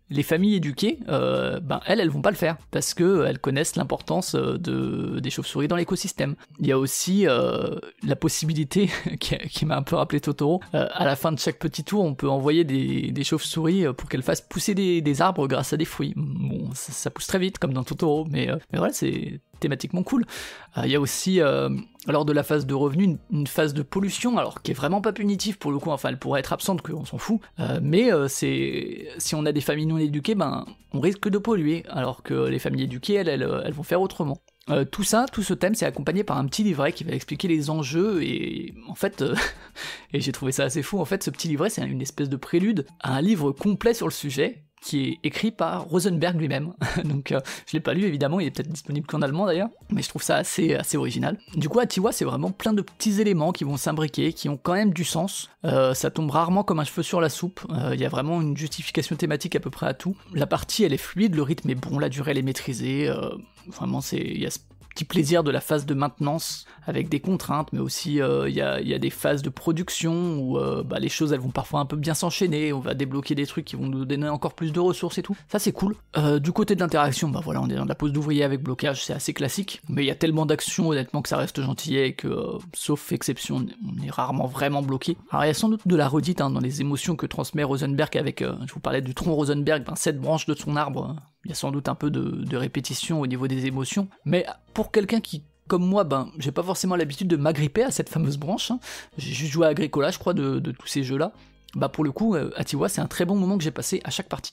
les familles éduquées, euh, ben elles, elles vont pas le faire, parce que elles connaissent l'importance de, des chauves-souris dans l'écosystème. Il y a aussi euh, la possibilité, qui, qui m'a un peu rappelé Totoro, euh, à la fin de chaque petit tour, on peut envoyer des, des chauves-souris pour qu'elles fassent pousser des, des arbres grâce à des fruits. Bon, ça, ça pousse très vite, comme dans Totoro, mais, euh, mais voilà, c'est thématiquement cool. Il euh, y a aussi, euh, lors de la phase de revenu, une, une phase de pollution, alors qui est vraiment pas punitive pour le coup, enfin elle pourrait être absente, qu'on s'en fout, euh, mais euh, c'est si on a des familles non éduquées, ben on risque de polluer, alors que les familles éduquées, elles, elles, elles vont faire autrement. Euh, tout ça, tout ce thème, c'est accompagné par un petit livret qui va expliquer les enjeux, et en fait, euh, et j'ai trouvé ça assez fou, en fait ce petit livret c'est une espèce de prélude à un livre complet sur le sujet, qui est écrit par Rosenberg lui-même. Donc euh, je l'ai pas lu évidemment, il est peut-être disponible qu'en allemand d'ailleurs, mais je trouve ça assez, assez original. Du coup Atiwa c'est vraiment plein de petits éléments qui vont s'imbriquer, qui ont quand même du sens, euh, ça tombe rarement comme un cheveu sur la soupe, il euh, y a vraiment une justification thématique à peu près à tout. La partie elle est fluide, le rythme est bon, la durée elle est maîtrisée, euh, vraiment c'est, il y a ce petit plaisir de la phase de maintenance avec des contraintes, mais aussi il euh, y, a, y a des phases de production où euh, bah, les choses elles vont parfois un peu bien s'enchaîner, on va débloquer des trucs qui vont nous donner encore plus de ressources et tout, ça c'est cool. Euh, du côté de l'interaction, bah voilà, on est dans de la pose d'ouvrier avec blocage, c'est assez classique, mais il y a tellement d'actions honnêtement que ça reste gentillet et que, euh, sauf exception, on est rarement vraiment bloqué. Alors il y a sans doute de la redite hein, dans les émotions que transmet Rosenberg avec, euh, je vous parlais du tronc Rosenberg, ben, cette branche de son arbre, hein. Il y a sans doute un peu de, de répétition au niveau des émotions, mais pour quelqu'un qui, comme moi, ben, j'ai pas forcément l'habitude de m'agripper à cette fameuse branche, hein. J'ai juste joué à Agricola, je crois, de, de tous ces jeux-là, bah pour le coup, euh, Atiwa, c'est un très bon moment que j'ai passé à chaque partie.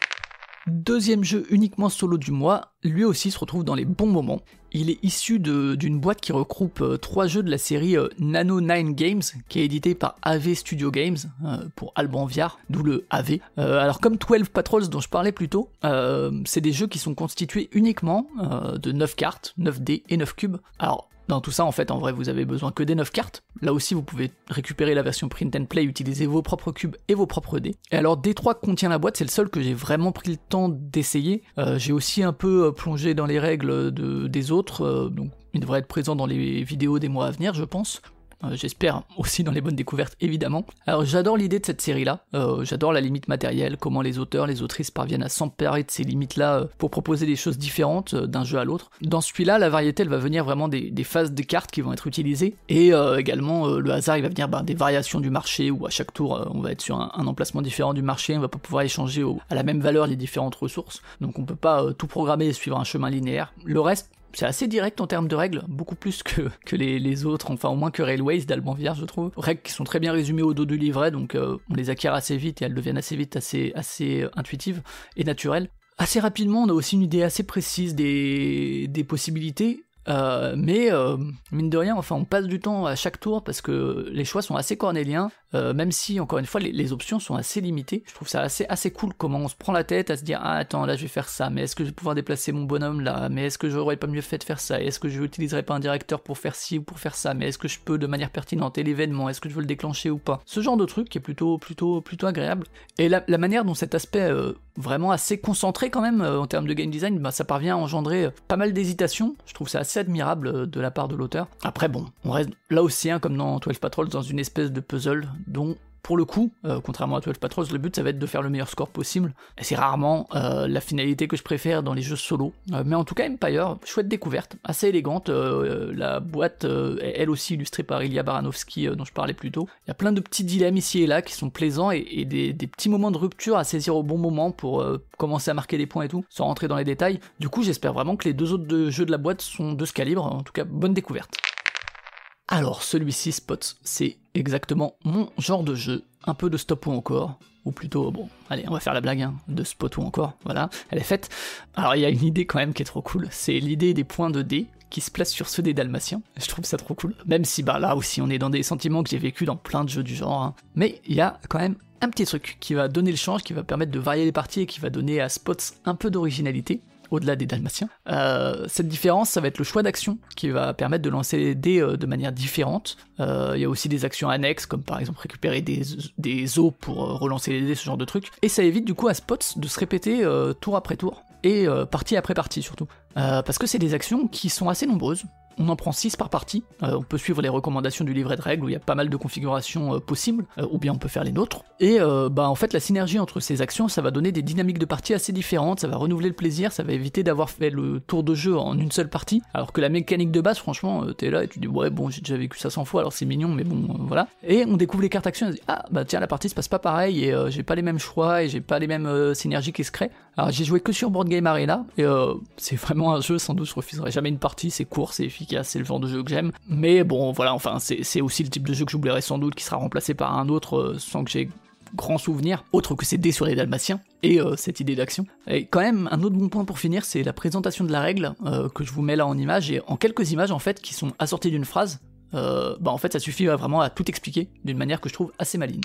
Deuxième jeu uniquement solo du mois, lui aussi se retrouve dans les bons moments. Il est issu de, d'une boîte qui regroupe euh, trois jeux de la série euh, Nano nine Games, qui est édité par A V Studio Games, euh, pour Alban Viard, d'où le A V. Euh, alors comme douze Patrols dont je parlais plus tôt, euh, c'est des jeux qui sont constitués uniquement euh, de neuf cartes, neuf dés et neuf cubes. Alors dans tout ça, en fait, en vrai, vous avez besoin que des neuf cartes. Là aussi, vous pouvez récupérer la version print and play, utiliser vos propres cubes et vos propres dés. Et alors, D trois que contient la boîte, c'est le seul que j'ai vraiment pris le temps d'essayer. Euh, j'ai aussi un peu euh, plongé dans les règles de, des autres, euh, donc il devrait être présent dans les vidéos des mois à venir, je pense. Euh, j'espère aussi dans les bonnes découvertes évidemment. Alors j'adore l'idée de cette série là, euh, j'adore la limite matérielle, comment les auteurs, les autrices parviennent à s'emparer de ces limites là euh, pour proposer des choses différentes euh, d'un jeu à l'autre. Dans celui-là, la variété elle va venir vraiment des, des phases de cartes qui vont être utilisées, et euh, également euh, le hasard il va venir bah, des variations du marché, où à chaque tour euh, on va être sur un, un emplacement différent du marché, on va pas pouvoir échanger au, à la même valeur les différentes ressources, donc on peut pas euh, tout programmer et suivre un chemin linéaire. Le reste, c'est assez direct en termes de règles, beaucoup plus que, que les, les autres, enfin au moins que Railways d'Alban Viard je trouve. Règles qui sont très bien résumées au dos du livret, donc euh, on les acquiert assez vite et elles deviennent assez vite assez, assez intuitives et naturelles. Assez rapidement, on a aussi une idée assez précise des, des possibilités, euh, mais euh, mine de rien, enfin on passe du temps à chaque tour parce que les choix sont assez cornéliens, euh, même si encore une fois les, les options sont assez limitées. Je trouve ça assez, assez cool comment on se prend la tête à se dire ah attends là je vais faire ça, mais est-ce que je vais pouvoir déplacer mon bonhomme là, mais est-ce que j'aurais pas mieux fait de faire ça, est-ce que je n'utiliserais pas un directeur pour faire ci ou pour faire ça, mais est-ce que je peux de manière pertinente et l'événement, est-ce que je veux le déclencher ou pas, ce genre de truc qui est plutôt plutôt plutôt agréable. Et la, la manière dont cet aspect euh, vraiment assez concentré quand même euh, en termes de game design, bah, ça parvient à engendrer euh, pas mal d'hésitation, je trouve ça assez admirable euh, de la part de l'auteur. Après bon, on reste là aussi hein, comme dans douze Patrols dans une espèce de puzzle dont pour le coup, euh, contrairement à douze Patrols, le but ça va être de faire le meilleur score possible, et c'est rarement euh, la finalité que je préfère dans les jeux solo, euh, mais en tout cas Empire, chouette découverte, assez élégante, euh, la boîte euh, est elle aussi illustrée par Ilya Baranovski euh, dont je parlais plus tôt. Il y a plein de petits dilemmes ici et là qui sont plaisants, et, et des, des petits moments de rupture à saisir au bon moment pour euh, commencer à marquer des points et tout, sans rentrer dans les détails. Du coup j'espère vraiment que les deux autres de jeux de la boîte sont de ce calibre, en tout cas bonne découverte. Alors celui-ci, Spots, c'est exactement mon genre de jeu, un peu de stop ou encore, ou plutôt, bon, allez, on va faire la blague, hein, de spot ou encore, voilà, elle est faite. Alors il y a une idée quand même qui est trop cool, c'est l'idée des points de dés qui se placent sur ceux des Dalmatiens, je trouve ça trop cool, même si bah là aussi on est dans des sentiments que j'ai vécu dans plein de jeux du genre, hein. Mais il y a quand même un petit truc qui va donner le change, qui va permettre de varier les parties et qui va donner à Spots un peu d'originalité, au-delà des Dalmatiens. Euh, cette différence, ça va être le choix d'action qui va permettre de lancer les dés euh, de manière différente. Il euh, y a aussi des actions annexes, comme par exemple récupérer des, des os pour euh, relancer les dés, ce genre de trucs. Et ça évite du coup à Spots de se répéter euh, tour après tour, et euh, partie après partie surtout. Euh, parce que c'est des actions qui sont assez nombreuses, On en prend six par partie, euh, on peut suivre les recommandations du livret de règles où il y a pas mal de configurations euh, possibles, euh, ou bien on peut faire les nôtres. Et euh, bah en fait la synergie entre ces actions, ça va donner des dynamiques de partie assez différentes, ça va renouveler le plaisir, ça va éviter d'avoir fait le tour de jeu en une seule partie, alors que la mécanique de base, franchement, euh, t'es là et tu dis ouais bon j'ai déjà vécu ça cent fois, alors c'est mignon, mais bon euh, voilà. Et on découvre les cartes actions, on se dit ah bah tiens la partie se passe pas pareil et euh, j'ai pas les mêmes choix et j'ai pas les mêmes euh, synergies qui se créent. Alors j'ai joué que sur Board Game Arena et euh, c'est vraiment un jeu, sans doute je refuserai jamais une partie, c'est court, c'est efficace, c'est le genre de jeu que j'aime. Mais bon voilà, enfin c'est aussi le type de jeu que j'oublierai sans doute, qui sera remplacé par un autre euh, sans que j'ai grand souvenir, autre que ces dés sur les Dalmatiens, et euh, cette idée d'action. Et quand même, un autre bon point pour finir, c'est la présentation de la règle, euh, que je vous mets là en image, et en quelques images en fait, qui sont assorties d'une phrase, euh, bah en fait ça suffit vraiment à tout expliquer, d'une manière que je trouve assez maligne.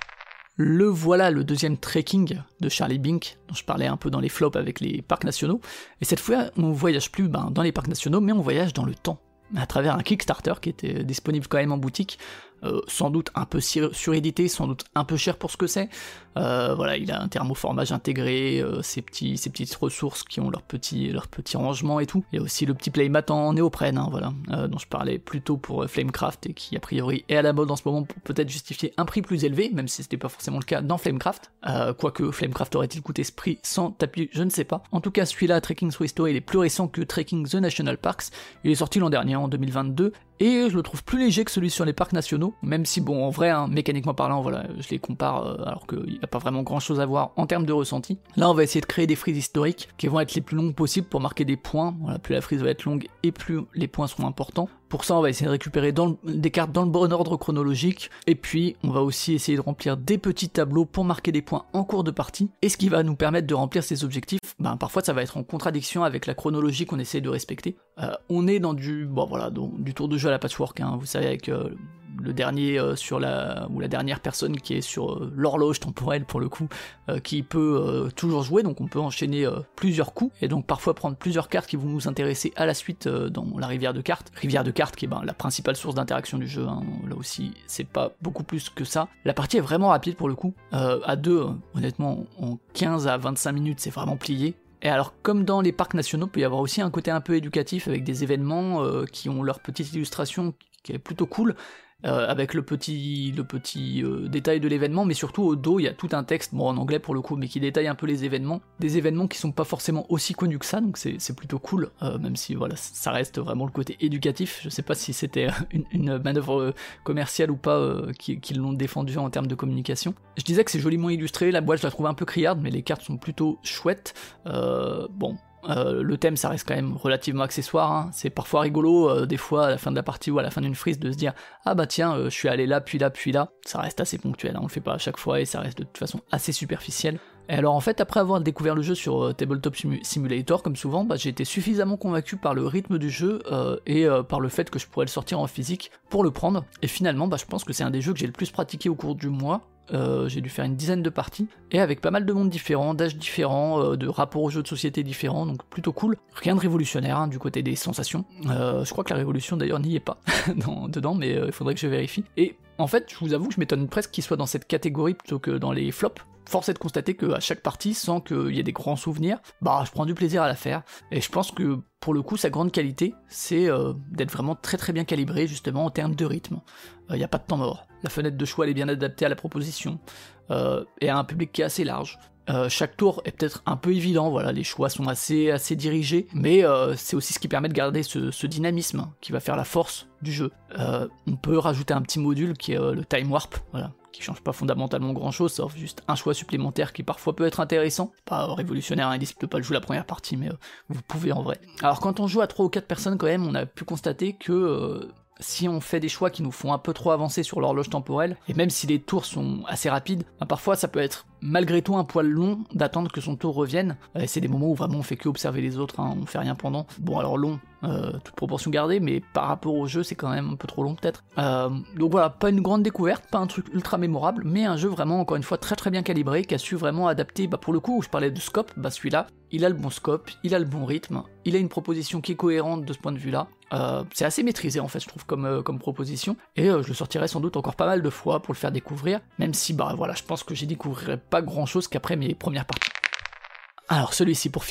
Le voilà, le deuxième trekking de Charlie Bink, dont je parlais un peu dans les flops avec les parcs nationaux, et cette fois on voyage plus ben, dans les parcs nationaux, mais on voyage dans le temps, à travers un Kickstarter qui était disponible quand même en boutique, euh, sans doute un peu surédité, sans doute un peu cher pour ce que c'est. Euh, voilà, il a un thermoformage intégré, euh, ses, petits, ses petites ressources qui ont leur petit, leur petit rangement et tout. Il y a aussi le petit playmat en néoprène, hein, voilà, euh, dont je parlais plus tôt pour euh, Flamecraft et qui a priori est à la mode en ce moment pour peut-être justifier un prix plus élevé, même si c'était pas forcément le cas dans Flamecraft. Euh, quoique Flamecraft aurait-il coûté ce prix sans tapis, je ne sais pas. En tout cas, celui-là, Trekking Through History, il est plus récent que Trekking the National Parks. Il est sorti l'an dernier, en deux mille vingt-deux, et je le trouve plus léger que celui sur les parcs nationaux, même si bon, en vrai, hein, mécaniquement parlant, voilà, je les compare euh, alors qu'il n'y a pas vraiment grand chose à voir en termes de ressenti. Là, on va essayer de créer des frises historiques qui vont être les plus longues possibles pour marquer des points. Voilà, plus la frise va être longue et plus les points seront importants. Pour ça, on va essayer de récupérer dans le, des cartes dans le bon ordre chronologique, et puis on va aussi essayer de remplir des petits tableaux pour marquer des points en cours de partie, et ce qui va nous permettre de remplir ces objectifs, ben parfois ça va être en contradiction avec la chronologie qu'on essaie de respecter. Euh, on est dans du, bon voilà, dans, du tour de jeu à la patchwork, hein, vous savez, avec euh, le dernier euh, sur la, ou la dernière personne qui est sur euh, l'horloge temporelle pour le coup, euh, qui peut euh, toujours jouer, donc on peut enchaîner euh, plusieurs coups, et donc parfois prendre plusieurs cartes qui vont nous intéresser à la suite euh, dans la rivière de cartes. Rivière de cartes qui est ben, la principale source d'interaction du jeu, hein. Là aussi c'est pas beaucoup plus que ça. La partie est vraiment rapide pour le coup, euh, à deux, euh, honnêtement, en quinze à vingt-cinq minutes c'est vraiment plié. Et alors, comme dans les parcs nationaux, il peut y avoir aussi un côté un peu éducatif avec des événements euh, qui ont leur petite illustration qui est plutôt cool, euh, avec le petit, le petit euh, détail de l'événement, mais surtout au dos, il y a tout un texte, bon en anglais pour le coup, mais qui détaille un peu les événements, des événements qui sont pas forcément aussi connus que ça, donc c'est plutôt cool, euh, même si voilà, ça reste vraiment le côté éducatif. Je sais pas si c'était une, une manœuvre euh, commerciale ou pas euh, qui, qui l'ont défendu en termes de communication. Je disais que c'est joliment illustré, la boîte je la trouve un peu criarde, mais les cartes sont plutôt chouettes, euh, bon... Euh, le thème ça reste quand même relativement accessoire, hein. C'est parfois rigolo euh, des fois à la fin de la partie ou à la fin d'une frise de se dire ah bah tiens euh, je suis allé là puis là puis là, ça reste assez ponctuel, hein. On le fait pas à chaque fois et ça reste de toute façon assez superficiel. Et alors en fait après avoir découvert le jeu sur euh, Tabletop Simulator comme souvent, bah, j'ai été suffisamment convaincu par le rythme du jeu euh, et euh, par le fait que je pourrais le sortir en physique pour le prendre, et finalement bah, je pense que c'est un des jeux que j'ai le plus pratiqué au cours du mois. Euh, j'ai dû faire une dizaine de parties, et avec pas mal de monde différents, d'âges différents, euh, de rapports aux jeux de société différents, donc plutôt cool. Rien de révolutionnaire hein, du côté des sensations, euh, je crois que la révolution d'ailleurs n'y est pas dans, dedans, mais il euh, faudrait que je vérifie. Et en fait, je vous avoue que je m'étonne presque qu'il soit dans cette catégorie plutôt que dans les flops. Force est de constater qu'à chaque partie, sans qu'il y ait des grands souvenirs, bah je prends du plaisir à la faire, et je pense que pour le coup sa grande qualité, c'est euh, d'être vraiment très très bien calibré justement en termes de rythme. Il euh, n'y a pas de temps mort, la fenêtre de choix elle est bien adaptée à la proposition, euh, et à un public qui est assez large. Euh, chaque tour est peut-être un peu évident, voilà, les choix sont assez, assez dirigés, mais euh, c'est aussi ce qui permet de garder ce, ce dynamisme qui va faire la force du jeu. Euh, on peut rajouter un petit module qui est euh, le Time Warp, voilà, qui change pas fondamentalement grand chose, sauf juste un choix supplémentaire qui parfois peut être intéressant. Pas révolutionnaire, indisciple de pas le jouer la première partie, mais euh, vous pouvez en vrai. Alors quand on joue à trois ou quatre personnes quand même, on a pu constater que... Euh, si on fait des choix qui nous font un peu trop avancer sur l'horloge temporelle, et même si les tours sont assez rapides, bah parfois ça peut être malgré tout un poil long d'attendre que son tour revienne, et c'est des moments où vraiment on fait que observer les autres, hein, on fait rien pendant. Bon alors long, euh, toute proportion gardée, mais par rapport au jeu c'est quand même un peu trop long peut-être. Euh, donc voilà, pas une grande découverte, pas un truc ultra mémorable, mais un jeu vraiment encore une fois très très bien calibré, qui a su vraiment adapter, bah pour le coup où je parlais de scope, bah celui-là, il a le bon scope, il a le bon rythme, il a une proposition qui est cohérente de ce point de vue-là. Euh, c'est assez maîtrisé en fait je trouve comme, euh, comme proposition, et euh, je le sortirai sans doute encore pas mal de fois pour le faire découvrir, même si bah voilà je pense que j'y découvrirai pas grand chose qu'après mes premières parties. Alors celui-ci pour finir,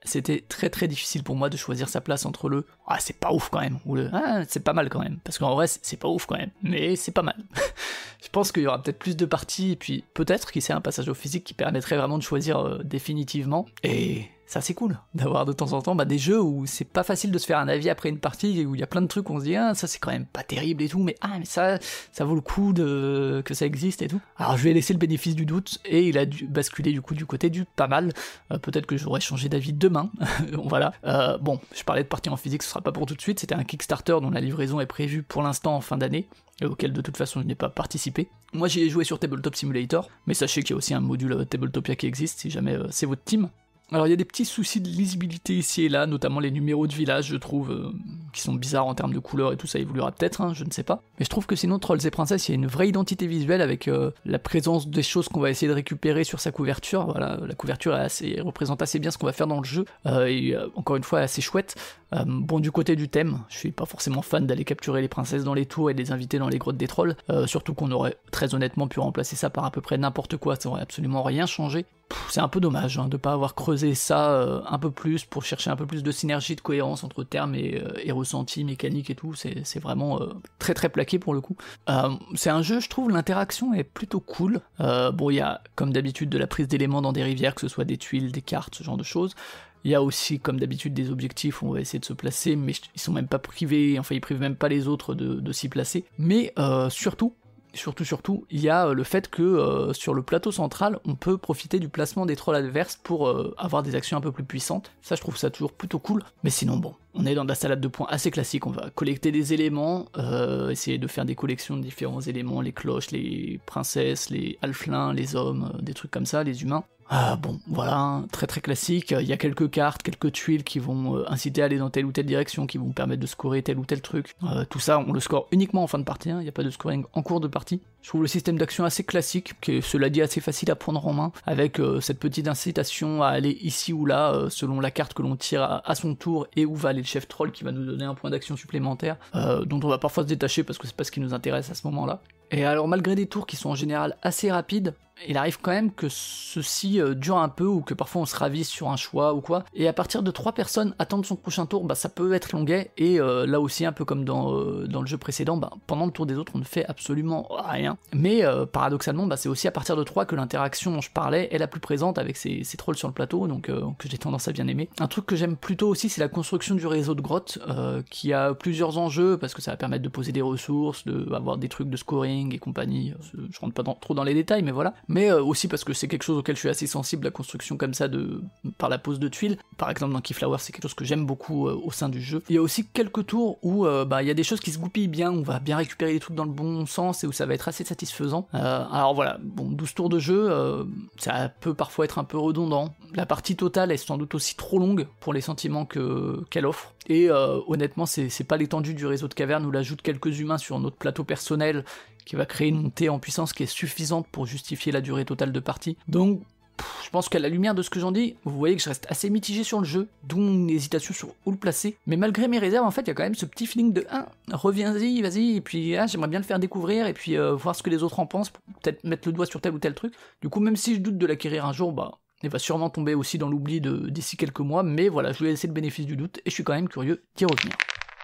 c'était très très difficile pour moi de choisir sa place entre le « Ah, c'est pas ouf quand même » ou le « Ah, c'est pas mal quand même », parce qu'en vrai, c'est pas ouf quand même, mais c'est pas mal. Je pense qu'il y aura peut-être plus de parties, et puis peut-être qu'il y a un passage au physique qui permettrait vraiment de choisir euh, définitivement, et ça c'est cool, d'avoir de temps en temps bah, des jeux où c'est pas facile de se faire un avis après une partie, où il y a plein de trucs où on se dit « Ah, ça c'est quand même pas terrible et tout, mais ah, mais ça, ça vaut le coup de... que ça existe et tout ». Alors je vais laisser le bénéfice du doute, et il a dû basculer du coup du côté du pas mal, euh, peut-être que j'aurais changé d'avis demain, voilà. Euh, bon, je parlais de partie en physique, ce sera pas pour tout de suite, c'était un Kickstarter dont la livraison est prévue pour l'instant en fin d'année, et auquel de toute façon je n'ai pas participé. Moi j'y ai joué sur Tabletop Simulator, mais sachez qu'il y a aussi un module euh, Tabletopia qui existe si jamais euh, c'est votre team. Alors il y a des petits soucis de lisibilité ici et là, notamment les numéros de village, je trouve, euh, qui sont bizarres en termes de couleurs et tout, ça évoluera peut-être, hein, je ne sais pas. Mais je trouve que sinon, Trolls et Princesses, il y a une vraie identité visuelle avec euh, la présence des choses qu'on va essayer de récupérer sur sa couverture. Voilà, la couverture est assez, représente assez bien ce qu'on va faire dans le jeu, euh, et euh, encore une fois, assez chouette. Euh, bon, du côté du thème, je suis pas forcément fan d'aller capturer les princesses dans les tours et de les inviter dans les grottes des trolls, euh, surtout qu'on aurait très honnêtement pu remplacer ça par à peu près n'importe quoi, ça aurait absolument rien changé. C'est un peu dommage hein, de pas avoir creusé ça euh, un peu plus pour chercher un peu plus de synergie, de cohérence entre termes et, euh, et ressentis, mécaniques et tout, c'est vraiment euh, très très plaqué pour le coup. Euh, c'est un jeu, je trouve, l'interaction est plutôt cool. Euh, bon, il y a comme d'habitude de la prise d'éléments dans des rivières, que ce soit des tuiles, des cartes, ce genre de choses. Il y a aussi, comme d'habitude, des objectifs où on va essayer de se placer, mais ils sont même pas privés, enfin ils privent même pas les autres de, de s'y placer. Mais euh, surtout, Surtout, surtout, il y a le fait que euh, sur le plateau central, on peut profiter du placement des trolls adverses pour euh, avoir des actions un peu plus puissantes. Ça, je trouve ça toujours plutôt cool. Mais sinon, bon, on est dans de la salade de points assez classique. On va collecter des éléments, euh, essayer de faire des collections de différents éléments, les cloches, les princesses, les halflins, les hommes, euh, des trucs comme ça, les humains. Ah bon, voilà, très très classique, il y a quelques cartes, quelques tuiles qui vont euh, inciter à aller dans telle ou telle direction, qui vont permettre de scorer tel ou tel truc. Euh, tout ça, on le score uniquement en fin de partie, il hein, n'y a pas de scoring en cours de partie. Je trouve le système d'action assez classique, qui est cela dit assez facile à prendre en main, avec euh, cette petite incitation à aller ici ou là, euh, selon la carte que l'on tire à, à son tour, et où va aller le chef troll qui va nous donner un point d'action supplémentaire, euh, dont on va parfois se détacher parce que c'est pas ce qui nous intéresse à ce moment-là. Et alors malgré des tours qui sont en général assez rapides, il arrive quand même que ceci euh, dure un peu, ou que parfois on se ravise sur un choix ou quoi, et à partir de trois personnes attendre son prochain tour, bah ça peut être longuet, et euh, là aussi un peu comme dans, euh, dans le jeu précédent, bah, pendant le tour des autres on ne fait absolument rien. Mais euh, paradoxalement, bah, c'est aussi à partir de trois que l'interaction dont je parlais est la plus présente avec ces, ces trolls sur le plateau, donc euh, que j'ai tendance à bien aimer. Un truc que j'aime plutôt aussi, c'est la construction du réseau de grottes, euh, qui a plusieurs enjeux, parce que ça va permettre de poser des ressources, de avoir des trucs de scoring et compagnie, je rentre pas dans, trop dans les détails, mais voilà. Mais euh, aussi parce que c'est quelque chose auquel je suis assez sensible, la construction comme ça de par la pose de tuiles. Par exemple dans Keyflower, c'est quelque chose que j'aime beaucoup euh, au sein du jeu. Il y a aussi quelques tours où euh, bah il y a des choses qui se goupillent bien, on va bien récupérer les trucs dans le bon sens et où ça va être assez satisfaisant. Euh, alors voilà, bon, douze tours de jeu, euh, ça peut parfois être un peu redondant. La partie totale est sans doute aussi trop longue pour les sentiments que qu'elle offre. Et euh, honnêtement, c'est pas l'étendue du réseau de cavernes où l'ajout de quelques humains sur notre plateau personnel qui va créer une montée en puissance qui est suffisante pour justifier la durée totale de partie. Donc, pff, je pense qu'à la lumière de ce que j'en dis, vous voyez que je reste assez mitigé sur le jeu, d'où une hésitation sur où le placer. Mais malgré mes réserves, en fait, il y a quand même ce petit feeling de ah, reviens-y, vas-y, et puis ah, j'aimerais bien le faire découvrir, et puis euh, voir ce que les autres en pensent, peut-être mettre le doigt sur tel ou tel truc. Du coup, même si je doute de l'acquérir un jour, bah, il va sûrement tomber aussi dans l'oubli d'ici quelques mois, mais voilà, je lui ai laissé le bénéfice du doute, et je suis quand même curieux d'y revenir.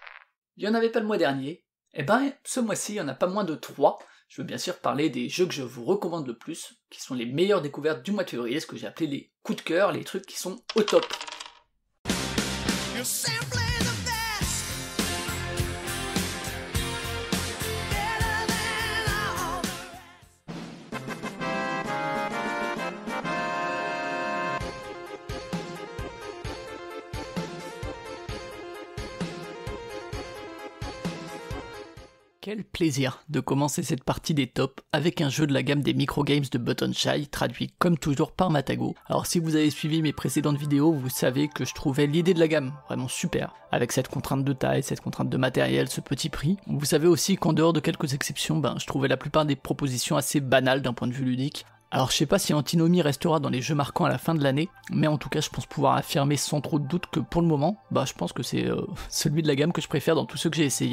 Il y en avait pas le mois dernier, et ben ce mois-ci, il y en a pas moins de trois. Je veux bien sûr parler des jeux que je vous recommande le plus, qui sont les meilleures découvertes du mois de février, ce que j'ai appelé les coups de cœur, les trucs qui sont au top. Quel plaisir de commencer cette partie des tops avec un jeu de la gamme des microgames de Button Shy, traduit comme toujours par Matago. Alors si vous avez suivi mes précédentes vidéos, vous savez que je trouvais l'idée de la gamme vraiment super, avec cette contrainte de taille, cette contrainte de matériel, ce petit prix. Vous savez aussi qu'en dehors de quelques exceptions, ben, je trouvais la plupart des propositions assez banales d'un point de vue ludique. Alors je sais pas si Antinomy restera dans les jeux marquants à la fin de l'année, mais en tout cas je pense pouvoir affirmer sans trop de doute que pour le moment, bah je pense que c'est euh, celui de la gamme que je préfère dans tous ceux que j'ai essayé.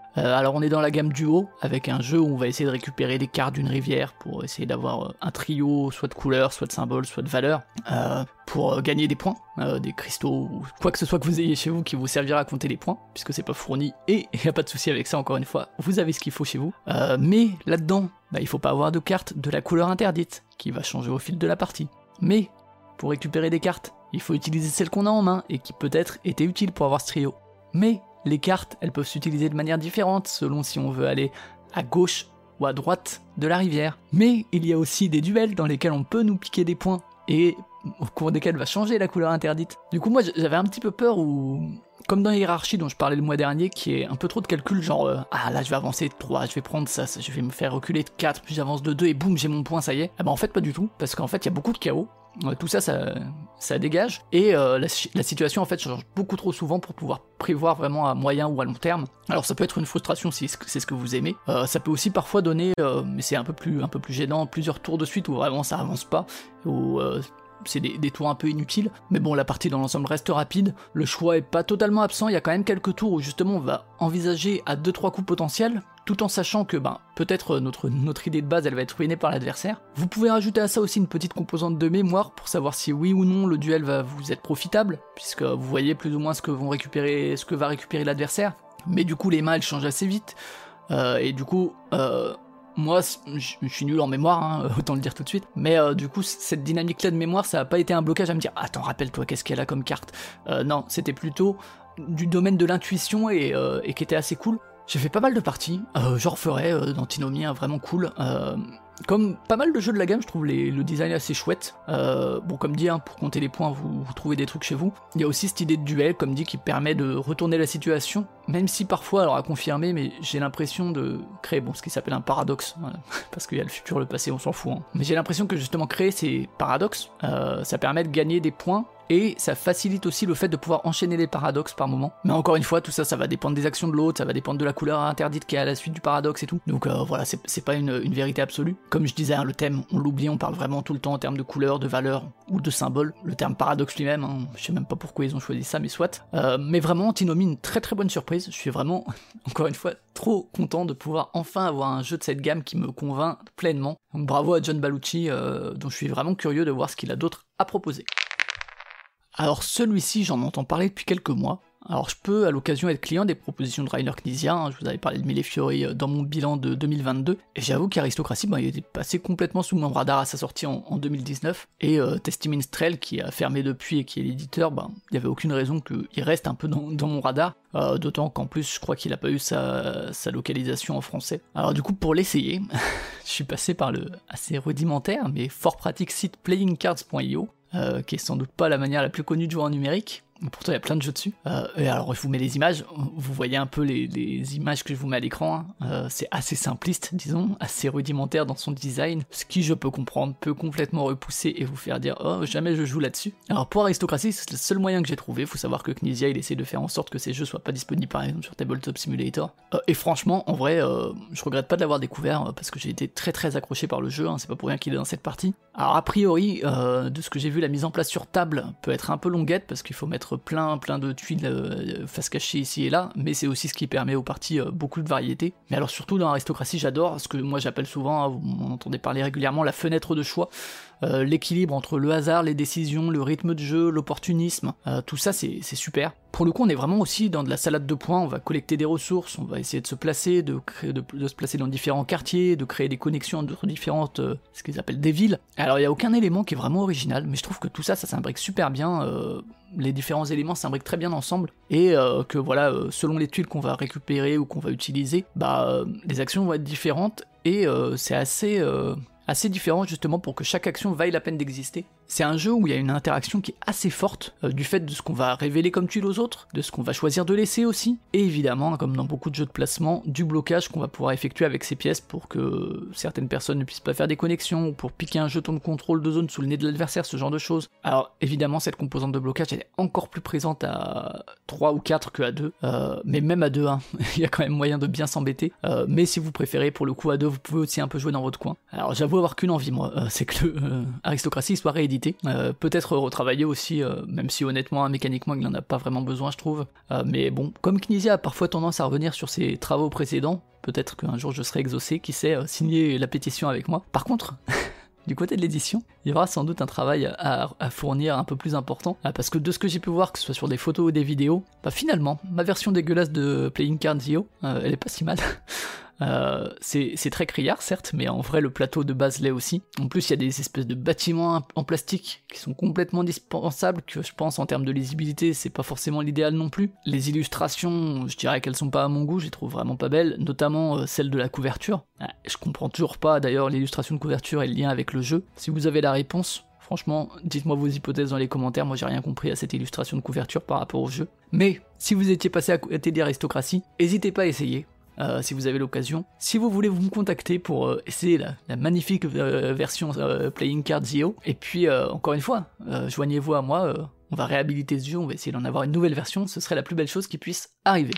Euh, alors on est dans la gamme duo, avec un jeu où on va essayer de récupérer des cartes d'une rivière pour essayer d'avoir euh, un trio, soit de couleurs, soit de symboles, soit de valeurs, euh, pour euh, gagner des points, euh, des cristaux, ou quoi que ce soit que vous ayez chez vous qui vous servira à compter les points, puisque c'est pas fourni, et il n'y a pas de souci avec ça, encore une fois, vous avez ce qu'il faut chez vous. Euh, mais là-dedans, bah, il faut pas avoir de carte de la couleur interdite, qui va changer au fil de la partie. Mais, pour récupérer des cartes, il faut utiliser celles qu'on a en main, et qui peut-être étaient utiles pour avoir ce trio. Mais, les cartes, elles peuvent s'utiliser de manière différente, selon si on veut aller à gauche ou à droite de la rivière. Mais il y a aussi des duels dans lesquels on peut nous piquer des points, et au cours desquels va changer la couleur interdite. Du coup moi j'avais un petit peu peur où, comme dans Hiérarchie dont je parlais le mois dernier, qui est un peu trop de calcul, genre euh, ah là je vais avancer de trois, je vais prendre ça, ça, je vais me faire reculer de quatre, puis j'avance de deux et boum j'ai mon point, ça y est. Ah bah en fait pas du tout, parce qu'en fait il y a beaucoup de chaos. Euh, tout ça, ça, ça dégage, et euh, la, la situation en fait change beaucoup trop souvent pour pouvoir prévoir vraiment à moyen ou à long terme. Alors ça peut être une frustration si c'est ce que vous aimez, euh, ça peut aussi parfois donner, euh, mais c'est un peu plus un peu plus gênant, plusieurs tours de suite où vraiment ça avance pas, où euh, c'est des, des tours un peu inutiles, mais bon la partie dans l'ensemble reste rapide, le choix est pas totalement absent, il y a quand même quelques tours où justement on va envisager à deux trois coups potentiels, tout en sachant que ben, peut-être notre, notre idée de base elle va être ruinée par l'adversaire. Vous pouvez rajouter à ça aussi une petite composante de mémoire pour savoir si oui ou non le duel va vous être profitable, puisque vous voyez plus ou moins ce que, vont récupérer, ce que va récupérer l'adversaire, mais du coup les mains elles changent assez vite, euh, et du coup... Euh, Moi, je suis nul en mémoire, hein, autant le dire tout de suite, mais euh, du coup, cette dynamique-là de mémoire, ça a pas été un blocage à me dire « Attends, rappelle-toi, qu'est-ce qu'elle a comme carte ?» euh, Non, c'était plutôt du domaine de l'intuition et, euh, et qui était assez cool. J'ai fait pas mal de parties, euh, j'en referai euh, d'Antinomie, hein, vraiment cool. Euh, comme pas mal de jeux de la gamme, je trouve les, le design assez chouette. Euh, bon, comme dit, hein, pour compter les points, vous, vous trouvez des trucs chez vous. Il y a aussi cette idée de duel, comme dit, qui permet de retourner la situation, même si parfois, alors à confirmer, mais j'ai l'impression de créer, bon, ce qui s'appelle un paradoxe, voilà, parce qu'il y a le futur, le passé, on s'en fout. Hein. Mais j'ai l'impression que justement créer ces paradoxes, euh, ça permet de gagner des points, et ça facilite aussi le fait de pouvoir enchaîner les paradoxes par moment. Mais encore une fois, tout ça, ça va dépendre des actions de l'autre, ça va dépendre de la couleur interdite qui est à la suite du paradoxe et tout. Donc euh, voilà, c'est, c'est pas une, une vérité absolue. Comme je disais, hein, le thème, on l'oublie, on parle vraiment tout le temps en termes de couleur, de valeur ou de symbole. Le terme paradoxe lui-même, hein, je sais même pas pourquoi ils ont choisi ça, mais soit. Euh, mais vraiment, Antinomie, une très très bonne surprise. Je suis vraiment, encore une fois, trop content de pouvoir enfin avoir un jeu de cette gamme qui me convainc pleinement. Donc bravo à John Balucci, euh, dont je suis vraiment curieux de voir ce qu'il a d'autre à proposer. Alors celui-ci, j'en entends parler depuis quelques mois. Alors je peux à l'occasion être client des propositions de Rainer Knizia, hein, je vous avais parlé de Millefiori dans mon bilan de deux mille vingt-deux, et j'avoue qu'Aristocratie, bah, il était passé complètement sous mon radar à sa sortie en, en deux mille dix-neuf, et euh, Testy Minstrel, qui a fermé depuis et qui est l'éditeur, bah, il n'y avait aucune raison qu'il reste un peu dans, dans mon radar, euh, d'autant qu'en plus je crois qu'il n'a pas eu sa, sa localisation en français. Alors du coup pour l'essayer, je suis passé par le assez rudimentaire mais fort pratique site playing cards point i o, euh, qui est sans doute pas la manière la plus connue de jouer en numérique. Pourtant il y a plein de jeux dessus. Euh, et alors je vous mets les images, vous voyez un peu les, les images que je vous mets à l'écran, hein. euh, c'est assez simpliste disons, assez rudimentaire dans son design, ce qui je peux comprendre peut complètement repousser et vous faire dire oh jamais je joue là-dessus. Alors pour Aristocratie c'est le seul moyen que j'ai trouvé, faut savoir que Knizia il essaie de faire en sorte que ces jeux soient pas disponibles par exemple sur Tabletop Simulator, euh, et franchement en vrai euh, je regrette pas de l'avoir découvert euh, parce que j'ai été très très accroché par le jeu, hein, c'est pas pour rien qu'il est dans cette partie. Alors a priori euh, de ce que j'ai vu la mise en place sur table peut être un peu longuette parce qu'il faut mettre plein plein de tuiles euh, face cachée ici et là, mais c'est aussi ce qui permet aux parties euh, beaucoup de variété. Mais alors surtout dans Aristocratie j'adore ce que moi j'appelle souvent, hein, vous m'en entendez parler régulièrement, la fenêtre de choix, euh, l'équilibre entre le hasard, les décisions, le rythme de jeu, l'opportunisme, euh, tout ça c'est, c'est super. Pour le coup on est vraiment aussi dans de la salade de points, on va collecter des ressources, on va essayer de se placer, de, créer, de, de se placer dans différents quartiers, de créer des connexions entre différentes, euh, ce qu'ils appellent des villes. Alors il n'y a aucun élément qui est vraiment original, mais je trouve que tout ça, ça s'imbrique super bien, euh, les différents éléments s'imbriquent très bien ensemble, et euh, que voilà, euh, selon les tuiles qu'on va récupérer ou qu'on va utiliser, bah euh, les actions vont être différentes, et euh, c'est assez... Euh, assez différent justement pour que chaque action vaille la peine d'exister. C'est un jeu où il y a une interaction qui est assez forte, euh, du fait de ce qu'on va révéler comme tuile aux autres, de ce qu'on va choisir de laisser aussi, et évidemment, comme dans beaucoup de jeux de placement, du blocage qu'on va pouvoir effectuer avec ces pièces pour que certaines personnes ne puissent pas faire des connexions, ou pour piquer un jeton de contrôle de zone sous le nez de l'adversaire, ce genre de choses. Alors évidemment, cette composante de blocage elle est encore plus présente à trois ou quatre que à deux, euh, mais même à deux, hein, il y a quand même moyen de bien s'embêter, euh, mais si vous préférez pour le coup à deux, vous pouvez aussi un peu jouer dans votre coin. Alors j'avoue avoir qu'une envie moi, euh, c'est que le euh, Aristocratie soit réédité fluidité. Euh, peut-être retravailler aussi, euh, même si honnêtement, hein, mécaniquement, il n'en a pas vraiment besoin, je trouve. Euh, mais bon, comme Knizia a parfois tendance à revenir sur ses travaux précédents, peut-être qu'un jour je serai exaucé, qui sait, euh, signer la pétition avec moi. Par contre... Du côté de l'édition, il y aura sans doute un travail à, à fournir un peu plus important, parce que de ce que j'ai pu voir, que ce soit sur des photos ou des vidéos, bah finalement, ma version dégueulasse de Playing Cards punct i o, euh, elle est pas si mal. Euh, c'est très criard certes, mais en vrai le plateau de base l'est aussi. En plus il y a des espèces de bâtiments en plastique qui sont complètement dispensables, que je pense en termes de lisibilité c'est pas forcément l'idéal non plus. Les illustrations, je dirais qu'elles sont pas à mon goût, je les trouve vraiment pas belles, notamment euh, celle de la couverture. Je comprends toujours pas d'ailleurs l'illustration de couverture et le lien avec le jeu. Si vous avez la réponse, franchement, dites-moi vos hypothèses dans les commentaires, moi j'ai rien compris à cette illustration de couverture par rapport au jeu. Mais si vous étiez passé à côté d'Aristocratie, n'hésitez pas à essayer. Euh, si vous avez l'occasion. Si vous voulez vous me contacter pour euh, essayer la, la magnifique euh, version euh, Playing Cards punct i o, et puis euh, encore une fois, euh, joignez-vous à moi, euh, on va réhabiliter ce jeu, on va essayer d'en avoir une nouvelle version, ce serait la plus belle chose qui puisse arriver.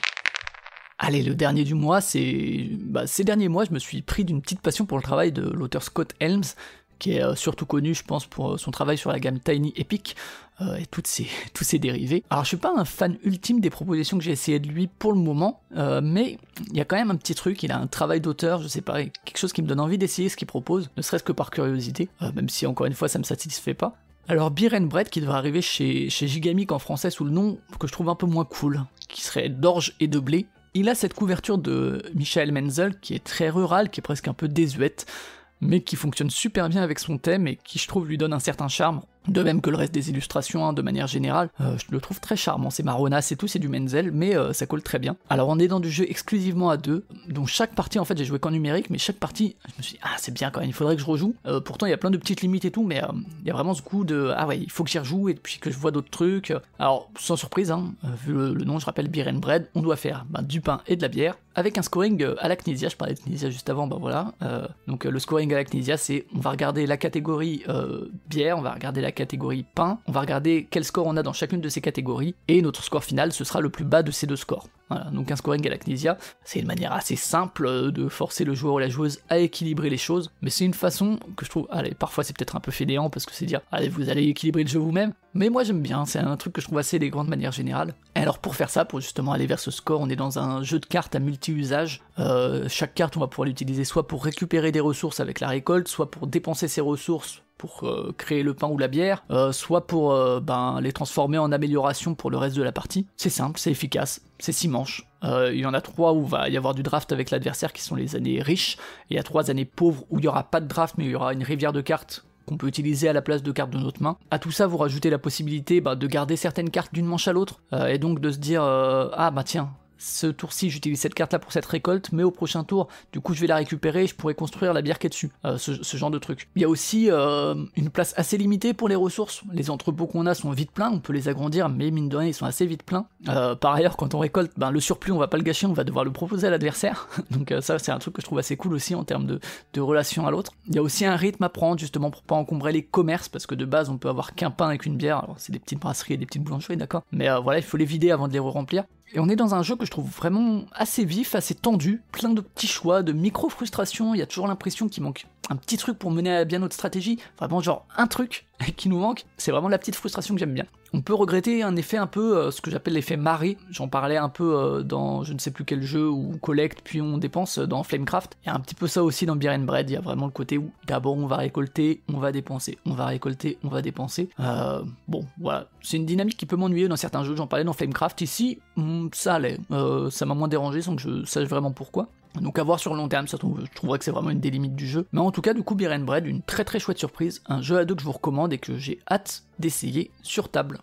Allez, le dernier du mois, c'est... Bah, ces derniers mois, je me suis pris d'une petite passion pour le travail de l'auteur Scott Helms, qui est euh, surtout connu, je pense, pour euh, son travail sur la gamme Tiny Epic, euh, et toutes ses, tous ses dérivés. Alors je suis pas un fan ultime des propositions que j'ai essayé de lui pour le moment, euh, mais il y a quand même un petit truc, il a un travail d'auteur, je sais pas, quelque chose qui me donne envie d'essayer ce qu'il propose, ne serait-ce que par curiosité, euh, même si encore une fois ça me satisfait pas. Alors Beer and Bread qui devrait arriver chez, chez Gigamic en français sous le nom que je trouve un peu moins cool, qui serait d'orge et de blé. Il a cette couverture de Michael Menzel qui est très rurale, qui est presque un peu désuète, mais qui fonctionne super bien avec son thème et qui je trouve lui donne un certain charme, de même que le reste des illustrations hein, de manière générale, euh, je le trouve très charmant, c'est marronasse et tout, c'est du Menzel, mais euh, ça colle très bien. Alors on est dans du jeu exclusivement à deux, donc chaque partie en fait j'ai joué qu'en numérique, mais chaque partie, je me suis dit ah c'est bien quand même, il faudrait que je rejoue, euh, pourtant il y a plein de petites limites et tout, mais euh, il y a vraiment ce goût de ah ouais il faut que j'y rejoue et puis que je vois d'autres trucs, alors sans surprise, hein, euh, vu le, le nom je rappelle Beer and Bread, on doit faire bah, du pain et de la bière, avec un scoring à la Knizia, je parlais de Knizia juste avant, bah voilà, euh, donc euh, le scoring à la Knizia c'est on va regarder la catégorie euh, bière, on va regarder la catégorie pain, on va regarder quel score on a dans chacune de ces catégories, et notre score final ce sera le plus bas de ces deux scores. Voilà, donc un scoring à la Knizia, c'est une manière assez simple de forcer le joueur ou la joueuse à équilibrer les choses, mais c'est une façon que je trouve, allez, parfois c'est peut-être un peu fainéant parce que c'est dire, allez, vous allez équilibrer le jeu vous-même, mais moi j'aime bien, c'est un truc que je trouve assez élégant de manière générale. Et alors pour faire ça, pour justement aller vers ce score, on est dans un jeu de cartes à multi-usage, euh, chaque carte on va pouvoir l'utiliser soit pour récupérer des ressources avec la récolte, soit pour dépenser ses ressources pour euh, créer le pain ou la bière, euh, soit pour euh, ben, les transformer en amélioration pour le reste de la partie. C'est simple, c'est efficace, c'est six manches. Euh, il y en a trois où il va y avoir du draft avec l'adversaire qui sont les années riches, et il y a trois années pauvres où il n'y aura pas de draft mais il y aura une rivière de cartes qu'on peut utiliser à la place de cartes de notre main. À tout ça, vous rajoutez la possibilité bah, de garder certaines cartes d'une manche à l'autre, euh, et donc de se dire euh, ah bah tiens, ce tour-ci j'utilise cette carte là pour cette récolte, mais au prochain tour, du coup je vais la récupérer et je pourrai construire la bière qui est dessus, euh, ce, ce genre de truc. Il y a aussi euh, une place assez limitée pour les ressources, les entrepôts qu'on a sont vite pleins, on peut les agrandir, mais mine de rien ils sont assez vite pleins. Euh, par ailleurs quand on récolte, ben, le surplus on va pas le gâcher, on va devoir le proposer à l'adversaire, donc euh, ça c'est un truc que je trouve assez cool aussi en termes de, de relation à l'autre. Il y a aussi un rythme à prendre justement pour pas encombrer les commerces, parce que de base on peut avoir qu'un pain avec une bière, alors c'est des petites brasseries et des petites boulangeries d'accord, mais euh, voilà il faut les vider avant de les re-remplir. Et on est dans un jeu que je trouve vraiment assez vif, assez tendu, plein de petits choix, de micro-frustrations, il y a toujours l'impression qu'il manque un petit truc pour mener à bien notre stratégie, vraiment genre un truc qui nous manque, c'est vraiment la petite frustration que j'aime bien. On peut regretter un effet un peu, euh, ce que j'appelle l'effet marée, j'en parlais un peu euh, dans je ne sais plus quel jeu où on collecte puis on dépense euh, dans Flamecraft, il y a un petit peu ça aussi dans Beer and Bread, il y a vraiment le côté où d'abord on va récolter, on va dépenser, on va récolter, on va dépenser, euh, bon voilà, c'est une dynamique qui peut m'ennuyer dans certains jeux, j'en parlais dans Flamecraft, ici hmm, ça allait, euh, ça m'a moins dérangé sans que je sache vraiment pourquoi. Donc à voir sur le long terme, ça, je trouverais que c'est vraiment une des limites du jeu. Mais en tout cas, du coup, Beer and Bread, une très très chouette surprise, un jeu à deux que je vous recommande et que j'ai hâte d'essayer sur table.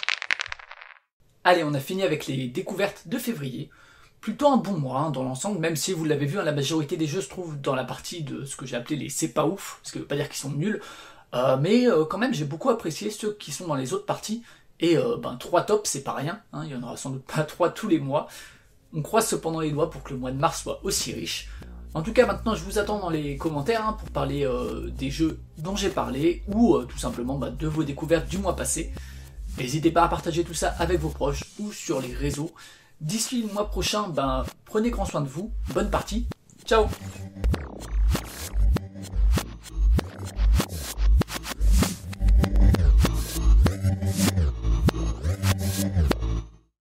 Allez, on a fini avec les découvertes de février. Plutôt un bon mois hein, dans l'ensemble, même si vous l'avez vu, hein, la majorité des jeux se trouvent dans la partie de ce que j'ai appelé les c'est pas ouf, ce qui veut pas dire qu'ils sont nuls, euh, mais euh, quand même j'ai beaucoup apprécié ceux qui sont dans les autres parties, et euh, ben trois tops c'est pas rien, hein, il y en aura sans doute pas trois tous les mois. On croise cependant les doigts pour que le mois de mars soit aussi riche. En tout cas, maintenant, je vous attends dans les commentaires hein, pour parler euh, des jeux dont j'ai parlé, ou euh, tout simplement bah, de vos découvertes du mois passé. N'hésitez pas à partager tout ça avec vos proches ou sur les réseaux. D'ici le mois prochain, ben, prenez grand soin de vous, bonne partie, ciao!